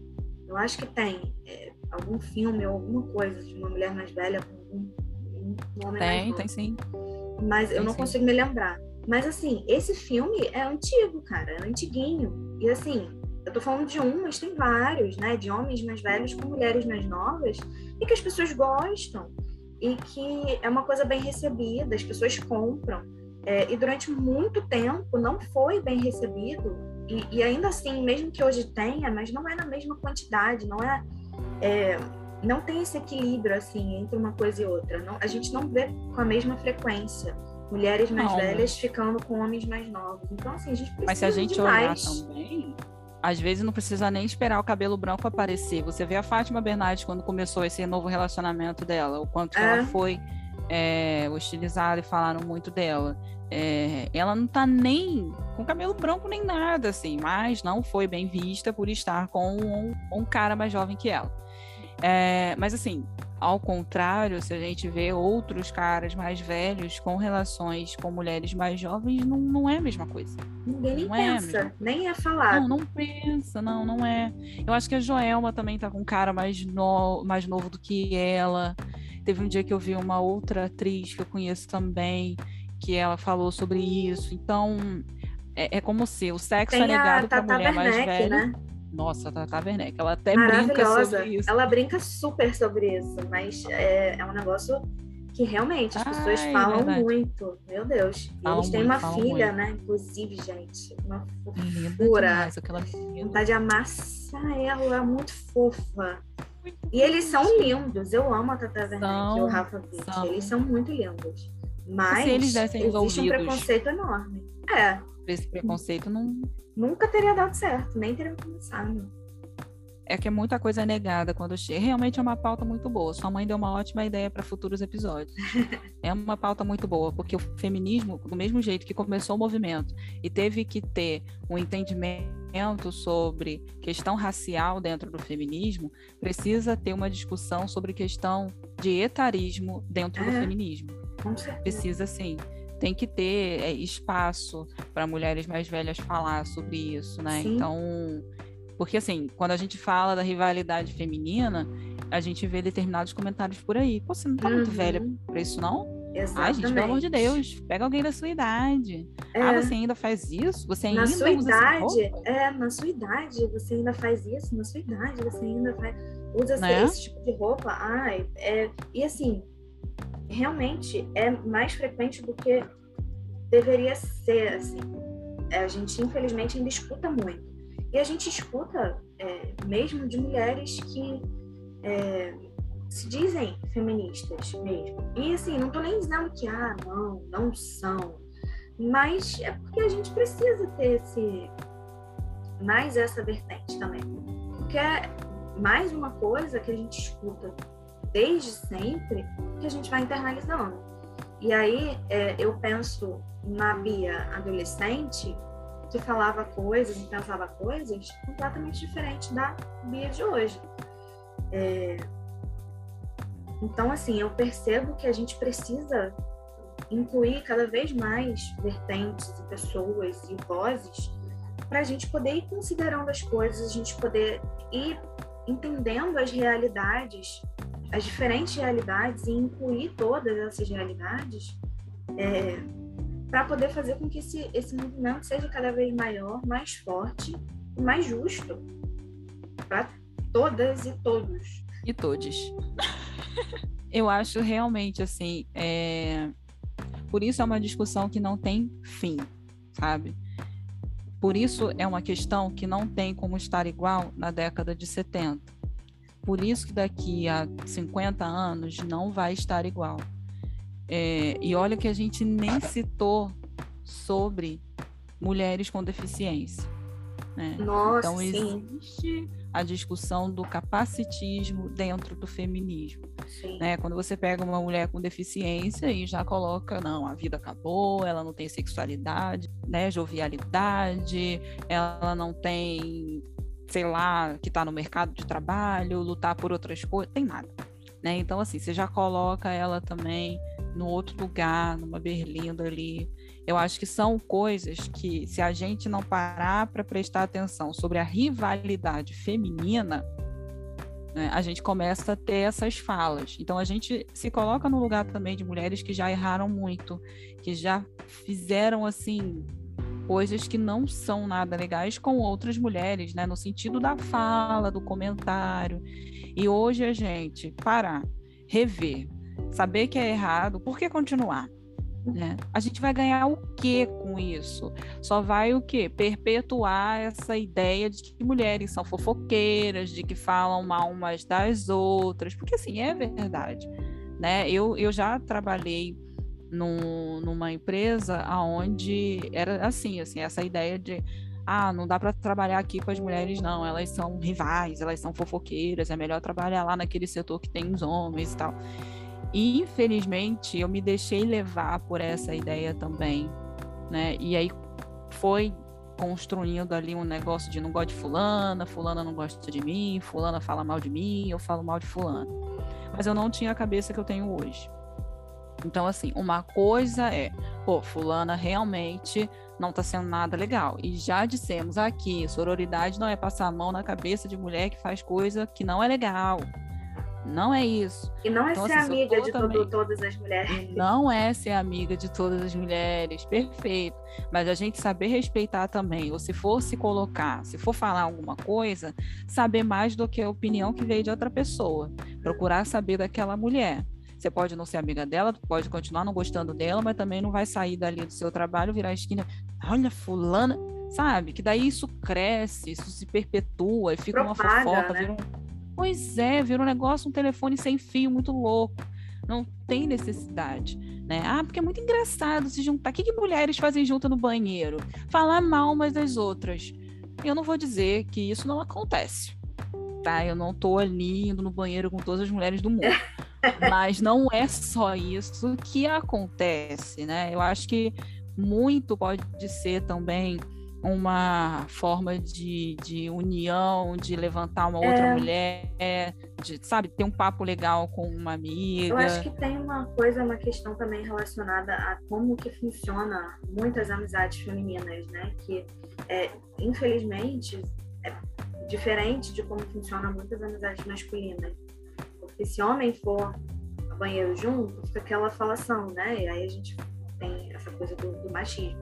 Algum filme ou alguma coisa de uma mulher mais velha com um homem mais novo. Tem sim. Mas eu Tem não sim. consigo me lembrar. Mas assim, esse filme é antigo, cara, é antiguinho. E assim, eu tô falando de um, mas tem vários, né? De homens mais velhos com mulheres mais novas e que as pessoas gostam e que é uma coisa bem recebida, as pessoas compram. E durante muito tempo não foi bem recebido. E ainda assim, mesmo que hoje tenha, mas não é na mesma quantidade, não tem esse equilíbrio assim entre uma coisa e outra. A gente não vê com a mesma frequência mulheres mais Não. velhas ficando com homens mais novos. Então, assim, a gente precisa Mas se a gente de olhar mais. também, às vezes não precisa nem esperar o cabelo branco aparecer. Você vê a Fátima Bernardes quando começou esse novo relacionamento dela, o quanto que ela foi hostilizada e falaram muito dela. Ela não tá nem com cabelo branco nem nada, assim, mas não foi bem vista por estar com um cara mais jovem que ela. Mas assim, ao contrário, se a gente vê outros caras mais velhos com relações com mulheres mais jovens, não é a mesma coisa. Ninguém nem Não é pensa, nem é falado. Não pensa, não é. Eu acho que a Joelma também tá com um cara mais novo do que ela. Teve um dia que eu vi uma outra atriz que eu conheço também, que ela falou sobre isso. Então, é como se o sexo é Tem negado a pra Tata mulher mais Werneck, velha. né? Nossa, a Tata Werneck, ela até brinca Maravilhosa. sobre isso. Ela brinca super sobre isso, mas é um negócio que realmente as pessoas falam verdade. muito. Meu Deus. E Falam eles têm muito, uma falam filha, muito. né? Inclusive, gente, uma Linda fofura. demais, aquela menina. Vontade de amassar ela, é muito fofa. Muito E eles são bonitinha. lindos. Eu amo a Tata Werneck e o Rafa Witt. Eles são muito lindos. Mas Se eles dessem existe um ouvidos. preconceito enorme. Esse preconceito não. Nunca teria dado certo, nem teria começado. É que é muita coisa negada quando chega. Realmente é uma pauta muito boa. Sua mãe deu uma ótima ideia para futuros episódios. É uma pauta muito boa, porque o feminismo, do mesmo jeito que começou o movimento e teve que ter um entendimento sobre questão racial dentro do feminismo, precisa ter uma discussão sobre questão de etarismo dentro do feminismo. Com certeza. Precisa sim. Tem que ter espaço para mulheres mais velhas falar sobre isso, né? Sim. Então, porque assim, quando a gente fala da rivalidade feminina, a gente vê determinados comentários por aí. Pô, você não tá muito velha pra isso, não? Exatamente. Ai, gente, pelo amor de Deus, pega alguém da sua idade. Você ainda faz isso? Você ainda Na sua usa essa idade, roupa? na sua idade, você ainda faz isso, na sua idade, você ainda usa Né? esse tipo de roupa. E assim, realmente é mais frequente do que deveria ser, assim. A gente, infelizmente, ainda escuta muito. E a gente escuta mesmo de mulheres que se dizem feministas mesmo. E assim, não tô nem dizendo que não são. Mas é porque a gente precisa ter mais essa vertente também. Porque é mais uma coisa que a gente escuta desde sempre que a gente vai internalizando. E aí eu penso na Bia adolescente, que falava coisas e pensava coisas completamente diferentes da Bia de hoje. Então, assim, eu percebo que a gente precisa incluir cada vez mais vertentes e pessoas e vozes para a gente poder ir considerando as coisas, a gente poder ir entendendo as realidades, as diferentes realidades e incluir todas essas realidades para poder fazer com que esse movimento seja cada vez maior, mais forte e mais justo para todas e todos. E todes. Eu acho realmente, assim, por isso é uma discussão que não tem fim, sabe? Por isso é uma questão que não tem como estar igual na década de 70. Por isso que daqui a 50 anos não vai estar igual. E olha que a gente nem citou sobre mulheres com deficiência, né? Nossa, então sim. existe a discussão do capacitismo dentro do feminismo, né? Quando você pega uma mulher com deficiência e já coloca, não, a vida acabou, ela não tem sexualidade, né, jovialidade, ela não tem, sei lá, que está no mercado de trabalho, lutar por outras coisas, tem nada, né? Então, assim, você já coloca ela também no outro lugar, numa berlinda ali. Eu acho que são coisas que, se a gente não parar para prestar atenção sobre a rivalidade feminina, né, a gente começa a ter essas falas. Então, a gente se coloca no lugar também de mulheres que já erraram muito, que já fizeram, assim, coisas que não são nada legais com outras mulheres, né, no sentido da fala, do comentário. E hoje a gente parar, rever, saber que é errado, por que continuar? Né? A gente vai ganhar o que com isso? Só vai o quê? Perpetuar essa ideia de que mulheres são fofoqueiras, de que falam mal umas das outras, porque assim, é verdade, né? Eu já trabalhei numa empresa onde era assim, essa ideia de não dá para trabalhar aqui com as mulheres, não, elas são rivais, elas são fofoqueiras, é melhor trabalhar lá naquele setor que tem os homens e tal. E, infelizmente, eu me deixei levar por essa ideia também, né? E aí foi construindo ali um negócio de não gosto de fulana não gosta de mim, fulana fala mal de mim, eu falo mal de fulana. Mas eu não tinha a cabeça que eu tenho hoje. Então, assim, uma coisa é, fulana realmente não tá sendo nada legal. E já dissemos aqui, sororidade não é passar a mão na cabeça de mulher que faz coisa que não é legal. Não é isso. E não é então, ser assim, amiga de todas as mulheres. Não é ser amiga de todas as mulheres, perfeito. Mas a gente saber respeitar também, ou se for se colocar, se for falar alguma coisa, saber mais do que a opinião que veio de outra pessoa. Procurar saber daquela mulher. Você pode não ser amiga dela, pode continuar não gostando dela, mas também não vai sair dali do seu trabalho, virar a esquina, olha fulana, sabe? Que daí isso cresce, isso se perpetua e fica propaga, uma fofoca, né? vira um... Pois é, vira um negócio, um telefone sem fio muito louco. Não tem necessidade, né? Porque é muito engraçado se juntar. O que mulheres fazem junto no banheiro? Falar mal umas das outras. Eu não vou dizer que isso não acontece, tá? Eu não tô ali indo no banheiro com todas as mulheres do mundo. Mas não é só isso que acontece, né? Eu acho que muito pode ser também uma forma de união, de levantar uma outra mulher, de, sabe, ter um papo legal com uma amiga. Eu acho que tem uma questão também relacionada a como que funciona muitas amizades femininas, né? Que, infelizmente, é diferente de como funcionam muitas amizades masculinas. Porque se homem for ao banheiro junto, fica aquela falação, né? E aí a gente tem essa coisa do machismo.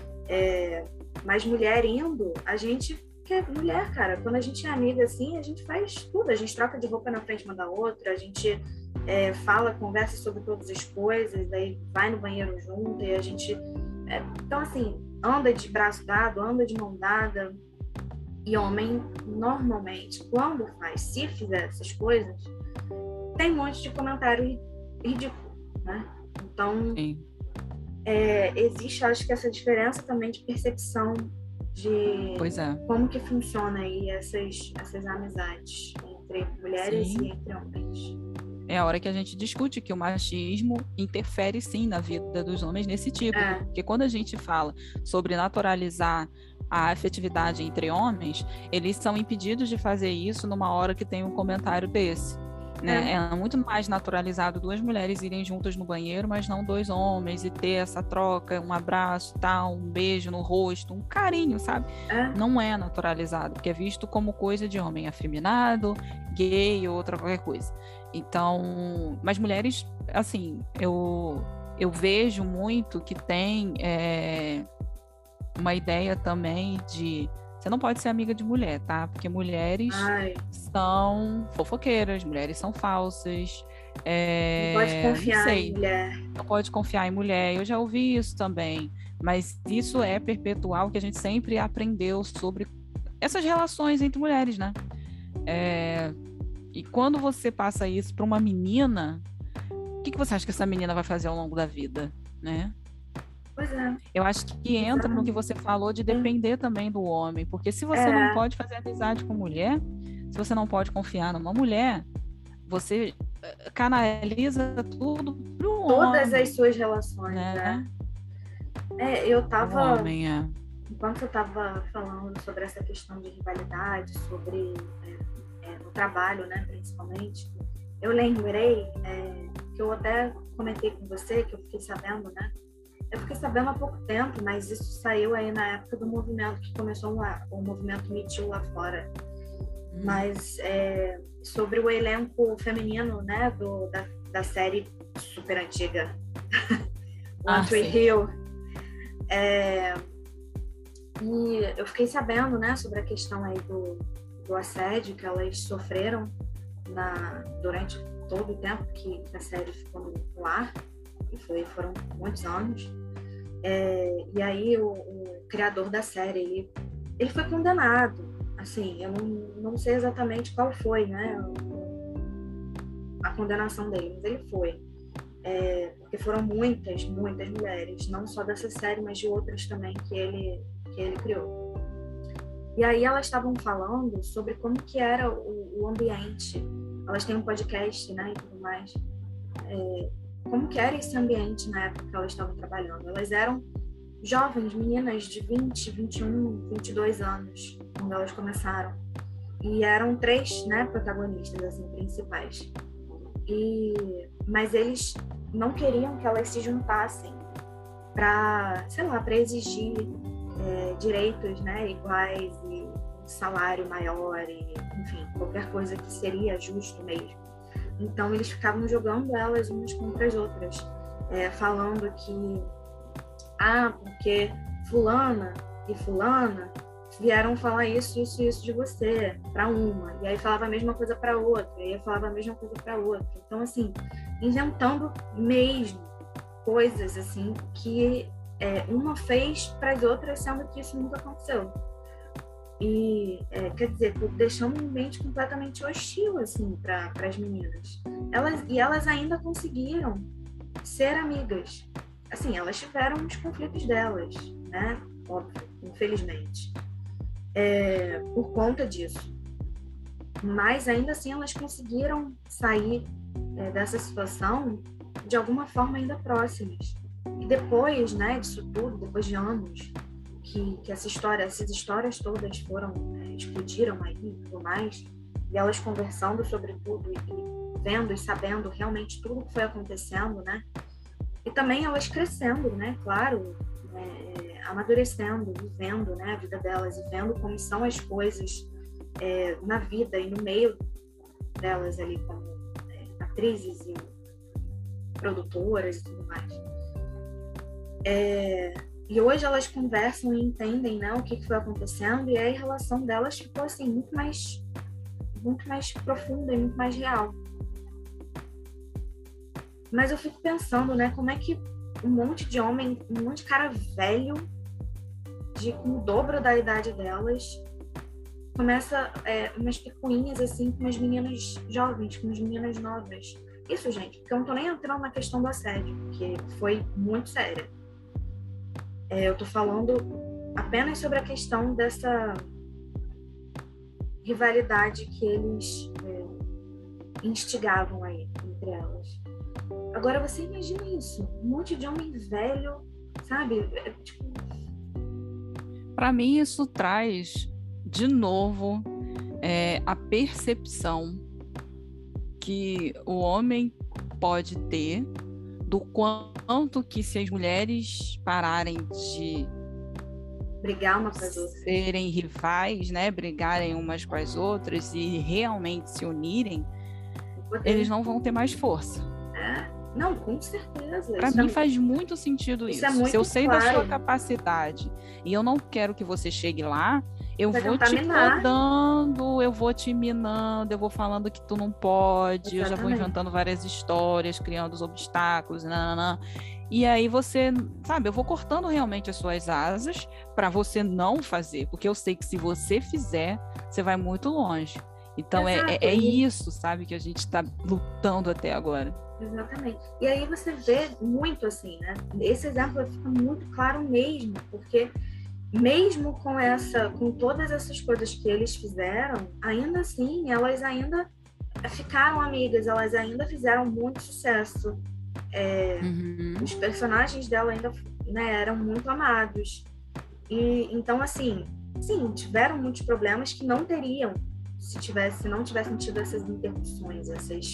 Mas mulher indo, a gente que é mulher, cara, quando a gente é amiga assim, a gente faz tudo, a gente troca de roupa na frente uma da outra, a gente fala, conversa sobre todas as coisas, aí vai no banheiro junto e a gente... então, assim, anda de braço dado, anda de mão dada. E homem, normalmente, quando se fizer essas coisas, tem um monte de comentário ridículo, né? Então... Sim. Existe, acho que essa diferença também de percepção de como que funciona aí essas amizades entre mulheres e entre homens. É a hora que a gente discute que o machismo interfere sim na vida dos homens nesse tipo, porque quando a gente fala sobre naturalizar a afetividade entre homens, eles são impedidos de fazer isso numa hora que tem um comentário desse. Né? É muito mais naturalizado duas mulheres irem juntas no banheiro, mas não dois homens, e ter essa troca, um abraço, tal, um beijo no rosto, um carinho, sabe? Não é naturalizado, porque é visto como coisa de homem afeminado, gay ou outra qualquer coisa. Então, mas mulheres, assim, eu eu vejo muito que tem uma ideia também de... Você não pode ser amiga de mulher, tá? Porque mulheres são fofoqueiras, mulheres são falsas. Não pode confiar em mulher. Não pode confiar em mulher. Eu já ouvi isso também. Mas isso é perpetual, que a gente sempre aprendeu sobre essas relações entre mulheres, né? E quando você passa isso para uma menina, o que você acha que essa menina vai fazer ao longo da vida, né? Pois é. Eu acho que entra no que você falou de depender também do homem, porque se você não pode fazer amizade com mulher, se você não pode confiar numa mulher, você canaliza tudo pro homem. Todas as suas relações, né? Eu tava... Enquanto eu tava falando sobre essa questão de rivalidade, sobre no trabalho, né, principalmente, eu lembrei que eu até comentei com você, que eu fiquei sabendo, né? Eu fiquei sabendo há pouco tempo, mas isso saiu aí na época do movimento que começou o movimento Me Too lá fora. Mas sobre o elenco feminino, né, da série super antiga, One Tree Hill. E eu fiquei sabendo, né, sobre a questão aí do assédio que elas sofreram durante todo o tempo que a série ficou no ar, e foram muitos anos. E aí o criador da série, ele foi condenado. Assim, eu não sei exatamente qual foi, né, a condenação dele, mas ele foi. Porque foram muitas mulheres, não só dessa série, mas de outras também que ele criou. E aí elas estavam falando sobre como que era o ambiente. Elas têm um podcast, né, e tudo mais. Como que era esse ambiente na época que elas estavam trabalhando. Elas eram jovens, meninas de 20, 21, 22 anos, quando elas começaram. E eram 3, né, protagonistas, assim, principais. Mas eles não queriam que elas se juntassem para, sei lá, para exigir direitos, né, iguais e um salário maior e, enfim, qualquer coisa que seria justo mesmo. Então eles ficavam jogando elas umas contra as outras, falando que porque fulana e fulana vieram falar isso de você para uma, e aí falava a mesma coisa para outra, e aí falava a mesma coisa para outra. Então, assim, inventando mesmo coisas assim que uma fez para as outras, sendo que isso nunca aconteceu. E, quer dizer, deixando um ambiente completamente hostil, assim, para as meninas. Elas ainda conseguiram ser amigas. Assim, elas tiveram os conflitos delas, né? Óbvio, infelizmente. Por conta disso. Mas, ainda assim, elas conseguiram sair dessa situação de alguma forma ainda próximas. E depois, né, disso tudo, depois de anos, que essas histórias todas explodiram aí e tudo mais, e elas conversando sobre tudo e vendo e sabendo realmente tudo que foi acontecendo, né? E também elas crescendo, né? Claro, amadurecendo, vivendo, né, a vida delas e vendo como são as coisas na vida e no meio delas ali como atrizes e produtoras e tudo mais. E hoje elas conversam e entendem, né, o que foi acontecendo, e aí a relação delas ficou assim muito mais profunda e muito mais real. Mas eu fico pensando, né, como é que um monte de homem, um monte de cara velho, com o dobro da idade delas, começa umas picuinhas assim com umas meninas jovens, com umas meninas novas. Isso, gente, porque eu não tô nem entrando na questão do assédio, que foi muito séria. Eu tô falando apenas sobre a questão dessa rivalidade que eles instigavam aí entre elas. Agora, você imagina isso, um monte de homem velho, sabe? Para mim, isso traz, de novo, a percepção que o homem pode ter do quanto que, se as mulheres pararem de brigar umas com as outras, serem rivais, né, brigarem umas com as outras e realmente se unirem, eles não vão ter mais força. Não, com certeza. Para mim faz muito sentido isso. É muito Se eu sei claro. da sua capacidade e eu não quero que você chegue lá, eu vou te minar. podando, eu vou te minando, eu vou falando que tu não pode, eu já vou inventando várias histórias, criando os obstáculos, nananã. E aí você, sabe, eu vou cortando realmente as suas asas para você não fazer, porque eu sei que se você fizer, você vai muito longe. Então é isso, sabe, que a gente está lutando até agora. Exatamente. E aí você vê muito assim, né? Esse exemplo fica muito claro mesmo, porque mesmo com todas essas coisas que eles fizeram, ainda assim, elas ainda ficaram amigas, elas ainda fizeram muito sucesso. Os personagens dela ainda, né, eram muito amados. E então, assim, sim, tiveram muitos problemas que não teriam se não tivessem tido essas interrupções,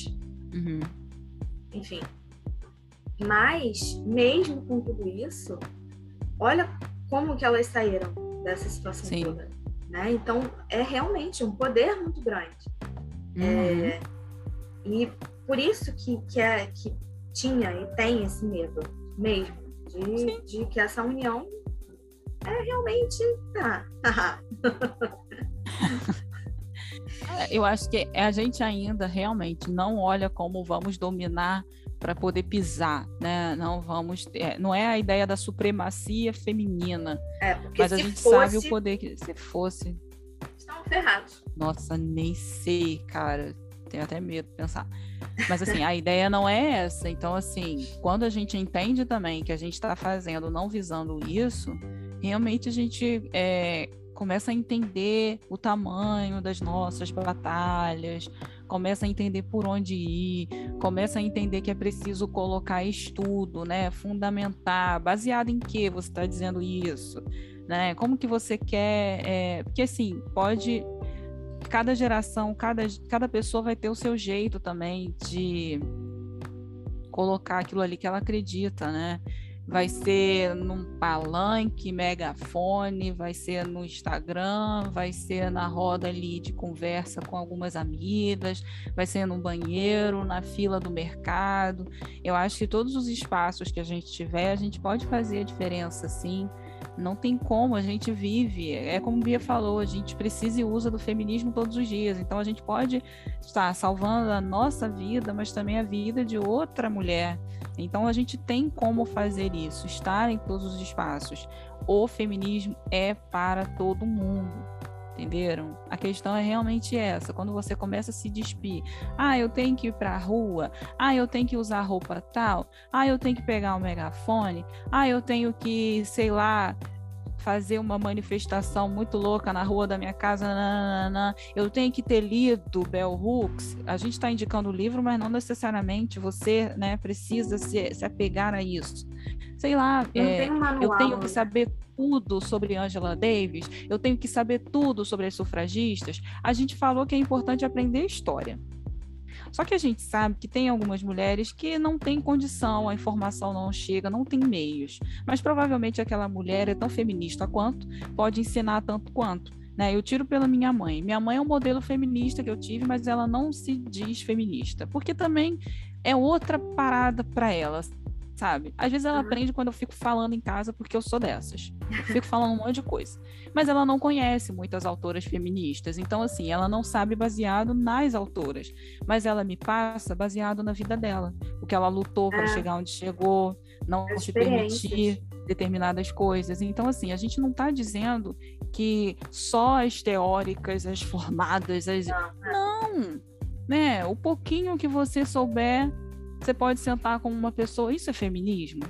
enfim. Mas, mesmo com tudo isso, olha como que elas saíram dessa situação toda, né? Então, é realmente um poder muito grande. E por isso que tinha e tem esse medo mesmo de que essa união é realmente... Eu acho que a gente ainda realmente não olha como vamos dominar para poder pisar, né? Não é a ideia da supremacia feminina, mas a gente sabe o poder que se fosse. Estão ferrados. Nossa, nem sei, cara. Tenho até medo de pensar. Mas assim, a ideia não é essa. Então, assim, quando a gente entende também que a gente está fazendo não visando isso, realmente a gente começa a entender o tamanho das nossas batalhas, começa a entender por onde ir, começa a entender que é preciso colocar estudo, né? Fundamentar, baseado em que você está dizendo isso, né? Como que você quer... Porque assim, pode... Cada geração, cada pessoa vai ter o seu jeito também de colocar aquilo ali que ela acredita, né? Vai ser num palanque, megafone, vai ser no Instagram, vai ser na roda ali de conversa com algumas amigas, vai ser no banheiro, na fila do mercado. Eu acho que todos os espaços que a gente tiver, a gente pode fazer a diferença, sim. Não tem como, a gente vive, é como a Bia falou, a gente precisa e usa do feminismo todos os dias, então a gente pode estar salvando a nossa vida, mas também a vida de outra mulher. Então a gente tem como fazer isso, estar em todos os espaços. O feminismo é para todo mundo, entenderam? A questão é realmente essa, quando você começa a se despir, eu tenho que ir para a rua, eu tenho que usar roupa tal, eu tenho que pegar um megafone, eu tenho que, sei lá, fazer uma manifestação muito louca na rua da minha casa, eu tenho que ter lido Bell Hooks. A gente está indicando o livro, mas não necessariamente você, né, precisa se apegar a isso. Sei lá, eu tenho que saber tudo sobre Angela Davis, eu tenho que saber tudo sobre as sufragistas. A gente falou que é importante aprender história. Só que a gente sabe que tem algumas mulheres que não têm condição, a informação não chega, não tem meios. Mas provavelmente aquela mulher é tão feminista quanto, pode ensinar tanto quanto. Né? Eu tiro pela minha mãe. Minha mãe é um modelo feminista que eu tive, mas ela não se diz feminista. Porque também é outra parada para ela, sabe? Às vezes ela aprende quando eu fico falando em casa, porque eu sou dessas. Eu fico falando um monte de coisa. Mas ela não conhece muitas autoras feministas. Então, assim, ela não sabe baseado nas autoras. Mas ela me passa baseado na vida dela. O que ela lutou para chegar onde chegou, não se permitir determinadas coisas. Então, assim, a gente não está dizendo que só as teóricas, as formadas, Não! Né? O pouquinho que você souber, você pode sentar com uma pessoa. Isso é feminismo?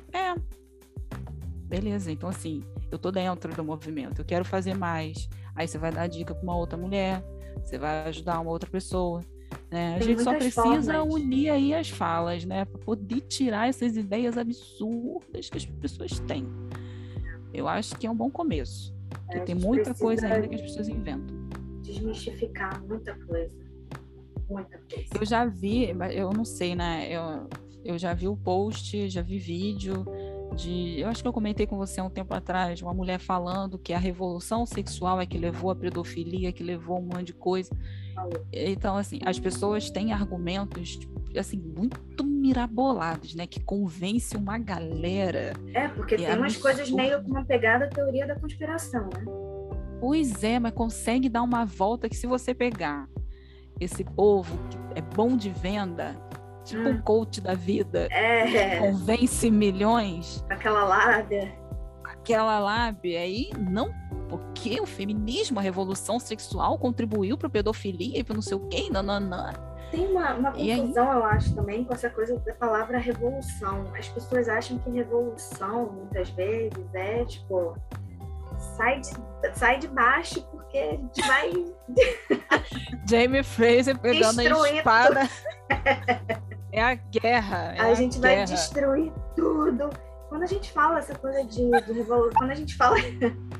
Beleza, então assim, eu tô dentro do movimento, eu quero fazer mais. Aí você vai dar dica para uma outra mulher, você vai ajudar uma outra pessoa, né? A gente só precisa unir aí as falas, né? Para poder tirar essas ideias absurdas que as pessoas têm. Eu acho que é um bom começo, porque tem muita coisa ainda que as pessoas inventam. Desmistificar muita coisa. Eu já vi, eu não sei, né? Eu já vi o post, já vi vídeo eu acho que eu comentei com você há um tempo atrás, uma mulher falando que a revolução sexual é que levou a pedofilia, que levou um monte de coisa. Então, assim, as pessoas têm argumentos assim, muito mirabolados, né? Que convence uma galera. Porque tem umas coisas meio com uma pegada teoria da conspiração, né? Pois é, mas consegue dar uma volta que se você pegar esse povo que é bom de venda, tipo um coach da vida, que convence milhões. Aquela lábia. Aí não, porque o feminismo, a revolução sexual contribuiu para a pedofilia e para não sei o quê, nananã. Tem uma confusão, eu acho, também, com essa coisa da palavra revolução. As pessoas acham que revolução, muitas vezes, é tipo, sai de baixo porque a gente vai... Jamie Fraser pegando a espada. É a guerra. A gente vai destruir tudo. Quando a gente fala essa coisa de revolução, quando a gente fala em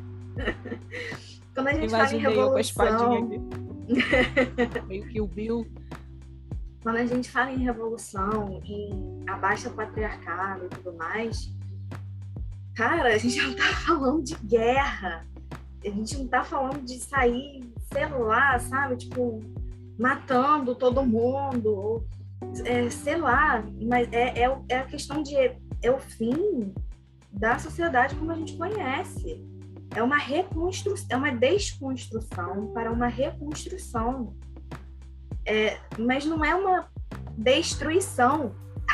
revolução, com a espadinha aqui. Meio que o Bill. Quando a gente fala em revolução, em abaixa patriarcado e tudo mais, cara, a gente não tá falando de guerra. A gente não tá falando de sair, sei lá, sabe, tipo, matando todo mundo, sei lá, mas é a questão de... É o fim da sociedade como a gente conhece. É uma reconstrução, é uma desconstrução para uma reconstrução. Mas não é uma destruição.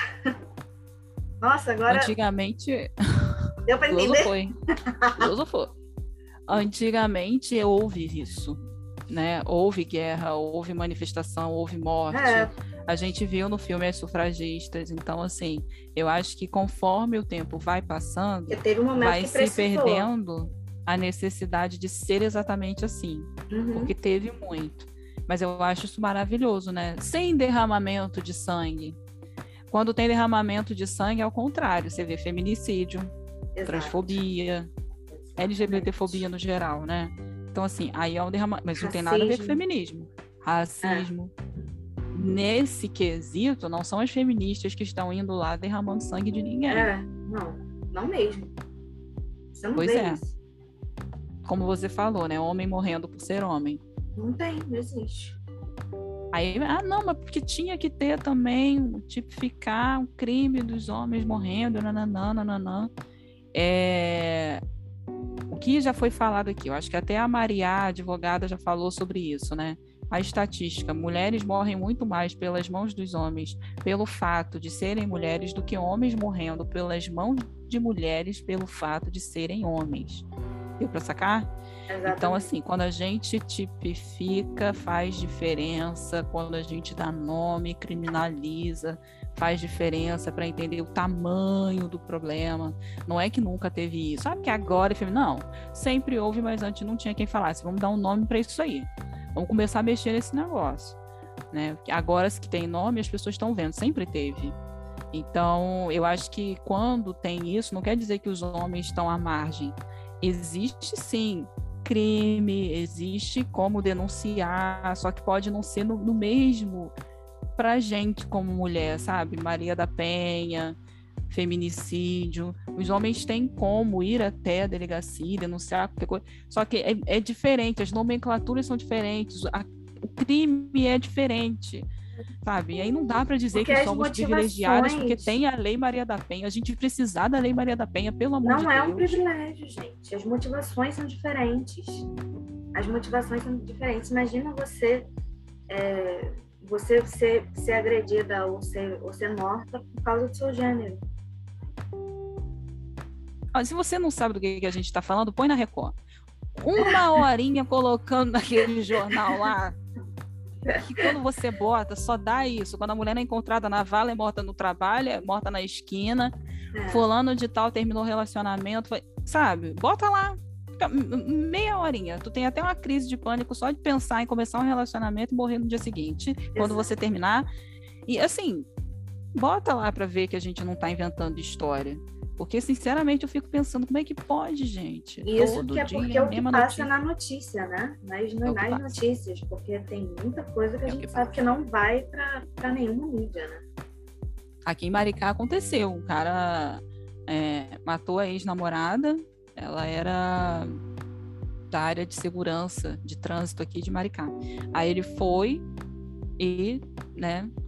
Nossa, agora... Antigamente... Deu para entender? Filosofou. Antigamente houve isso, né? Houve guerra, houve manifestação, houve morte. A gente viu no filme as sufragistas. Então, assim, eu acho que conforme o tempo vai passando, vai se perdendo a necessidade de ser exatamente assim. Porque teve muito. Mas eu acho isso maravilhoso, né? Sem derramamento de sangue. Quando tem derramamento de sangue, é o contrário. Você vê feminicídio, transfobia, LGBTfobia no geral, né? Então, assim, aí é um derramamento. Mas não tem nada a ver com feminismo. Racismo. Nesse quesito, não são as feministas que estão indo lá derramando sangue de ninguém. Não mesmo. Você não vê isso. Como você falou, né? Homem morrendo por ser homem. Não existe. Aí, não, mas porque tinha que ter também, tipificar o crime dos homens morrendo, nananã. O que já foi falado aqui, eu acho que até a Maria, a advogada, já falou sobre isso, né? A estatística, mulheres morrem muito mais pelas mãos dos homens, pelo fato de serem mulheres, do que homens morrendo pelas mãos de mulheres, pelo fato de serem homens. Deu para sacar? Exatamente. Então, assim, quando a gente tipifica, faz diferença. Quando a gente dá nome, criminaliza, faz diferença para entender o tamanho do problema. Não é que nunca teve isso. Sabe que agora... Não, sempre houve, mas antes não tinha quem falasse. Vamos dar um nome para isso aí. Vamos começar a mexer nesse negócio, né? Porque agora, se tem nome, as pessoas estão vendo. Sempre teve. Então, eu acho que quando tem isso, não quer dizer que os homens estão à margem. Existe, sim, crime, existe como denunciar, só que pode não ser no mesmo pra gente como mulher, sabe? Maria da Penha, feminicídio. Os homens têm como ir até a delegacia, denunciar qualquer coisa. Só que é diferente, as nomenclaturas são diferentes, o crime é diferente, sabe? E aí não dá para dizer porque que somos privilegiadas porque tem a Lei Maria da Penha. A gente precisar da Lei Maria da Penha, pelo amor de Deus. Não é um privilégio, gente. As motivações são diferentes. Imagina você ser agredida ou ser morta por causa do seu gênero. Se você não sabe do que a gente está falando, põe na Record. Uma horinha colocando naquele jornal lá, que quando você bota, só dá isso. Quando a mulher é encontrada na vala, é morta no trabalho, é morta na esquina, fulano de tal terminou o relacionamento, sabe? Bota lá, fica meia horinha. Tu tem até uma crise de pânico só de pensar em começar um relacionamento e morrer no dia seguinte, quando você terminar. E assim, bota lá para ver que a gente não tá inventando história. Porque, sinceramente, eu fico pensando, como é que pode, gente? Isso todo que é porque é o que passa na notícia, né? Nas notícias, porque tem muita coisa que a gente sabe que não vai para nenhuma mídia, né? Aqui em Maricá aconteceu, um cara matou a ex-namorada, ela era da área de segurança de trânsito aqui de Maricá. Aí ele foi e, né,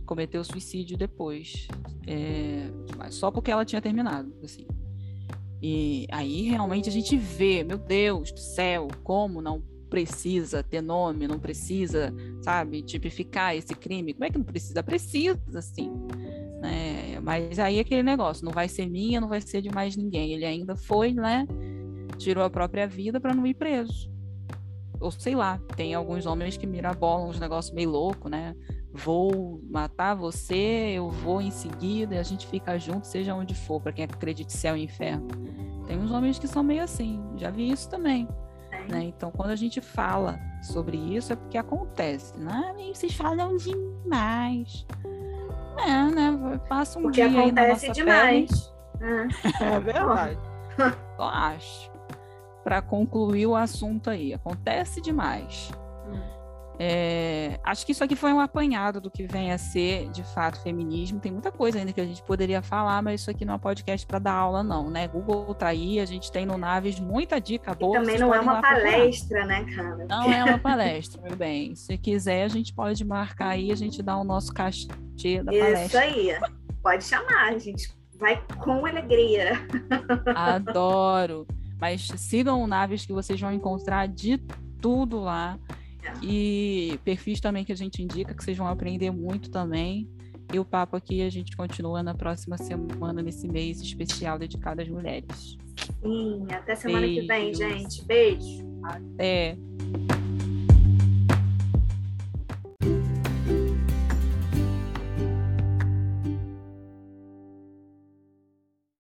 cometeu suicídio depois, mas só porque ela tinha terminado, assim. E aí realmente a gente vê, meu Deus do céu, como não precisa ter nome, não precisa, sabe, tipificar esse crime. Como é que não precisa? Precisa, sim. Né? Mas aí aquele negócio, não vai ser minha, não vai ser de mais ninguém. Ele ainda foi, né, tirou a própria vida para não ir preso. Ou sei lá, tem alguns homens que mirabolam uns negócios meio louco, né? Vou matar você, eu vou em seguida e a gente fica junto, seja onde for, para quem acredita em céu e inferno. Tem uns homens que são meio assim, já vi isso também. Né? Então, quando a gente fala sobre isso, é porque acontece, né? E vocês falam demais. Né? Passa um porque dia aí na nossa demais. Pele. É verdade. Eu acho. Para concluir o assunto aí, acontece demais. Acho que isso aqui foi um apanhado do que vem a ser, de fato, feminismo. Tem muita coisa ainda que a gente poderia falar, mas isso aqui não é podcast para dar aula, não, né? Google tá aí, a gente tem no Naves muita dica boa. E também não é uma palestra, né, cara? Não é uma palestra, meu bem. Se quiser, a gente pode marcar aí, a gente dá o nosso cachê da palestra. Isso aí, pode chamar, a gente vai com alegria. Adoro. Mas sigam o Naves que vocês vão encontrar de tudo lá. E perfis também que a gente indica, que vocês vão aprender muito também. E o papo aqui a gente continua na próxima semana, nesse mês especial dedicado às mulheres. Sim, até semana que vem, gente. Beijo. Até.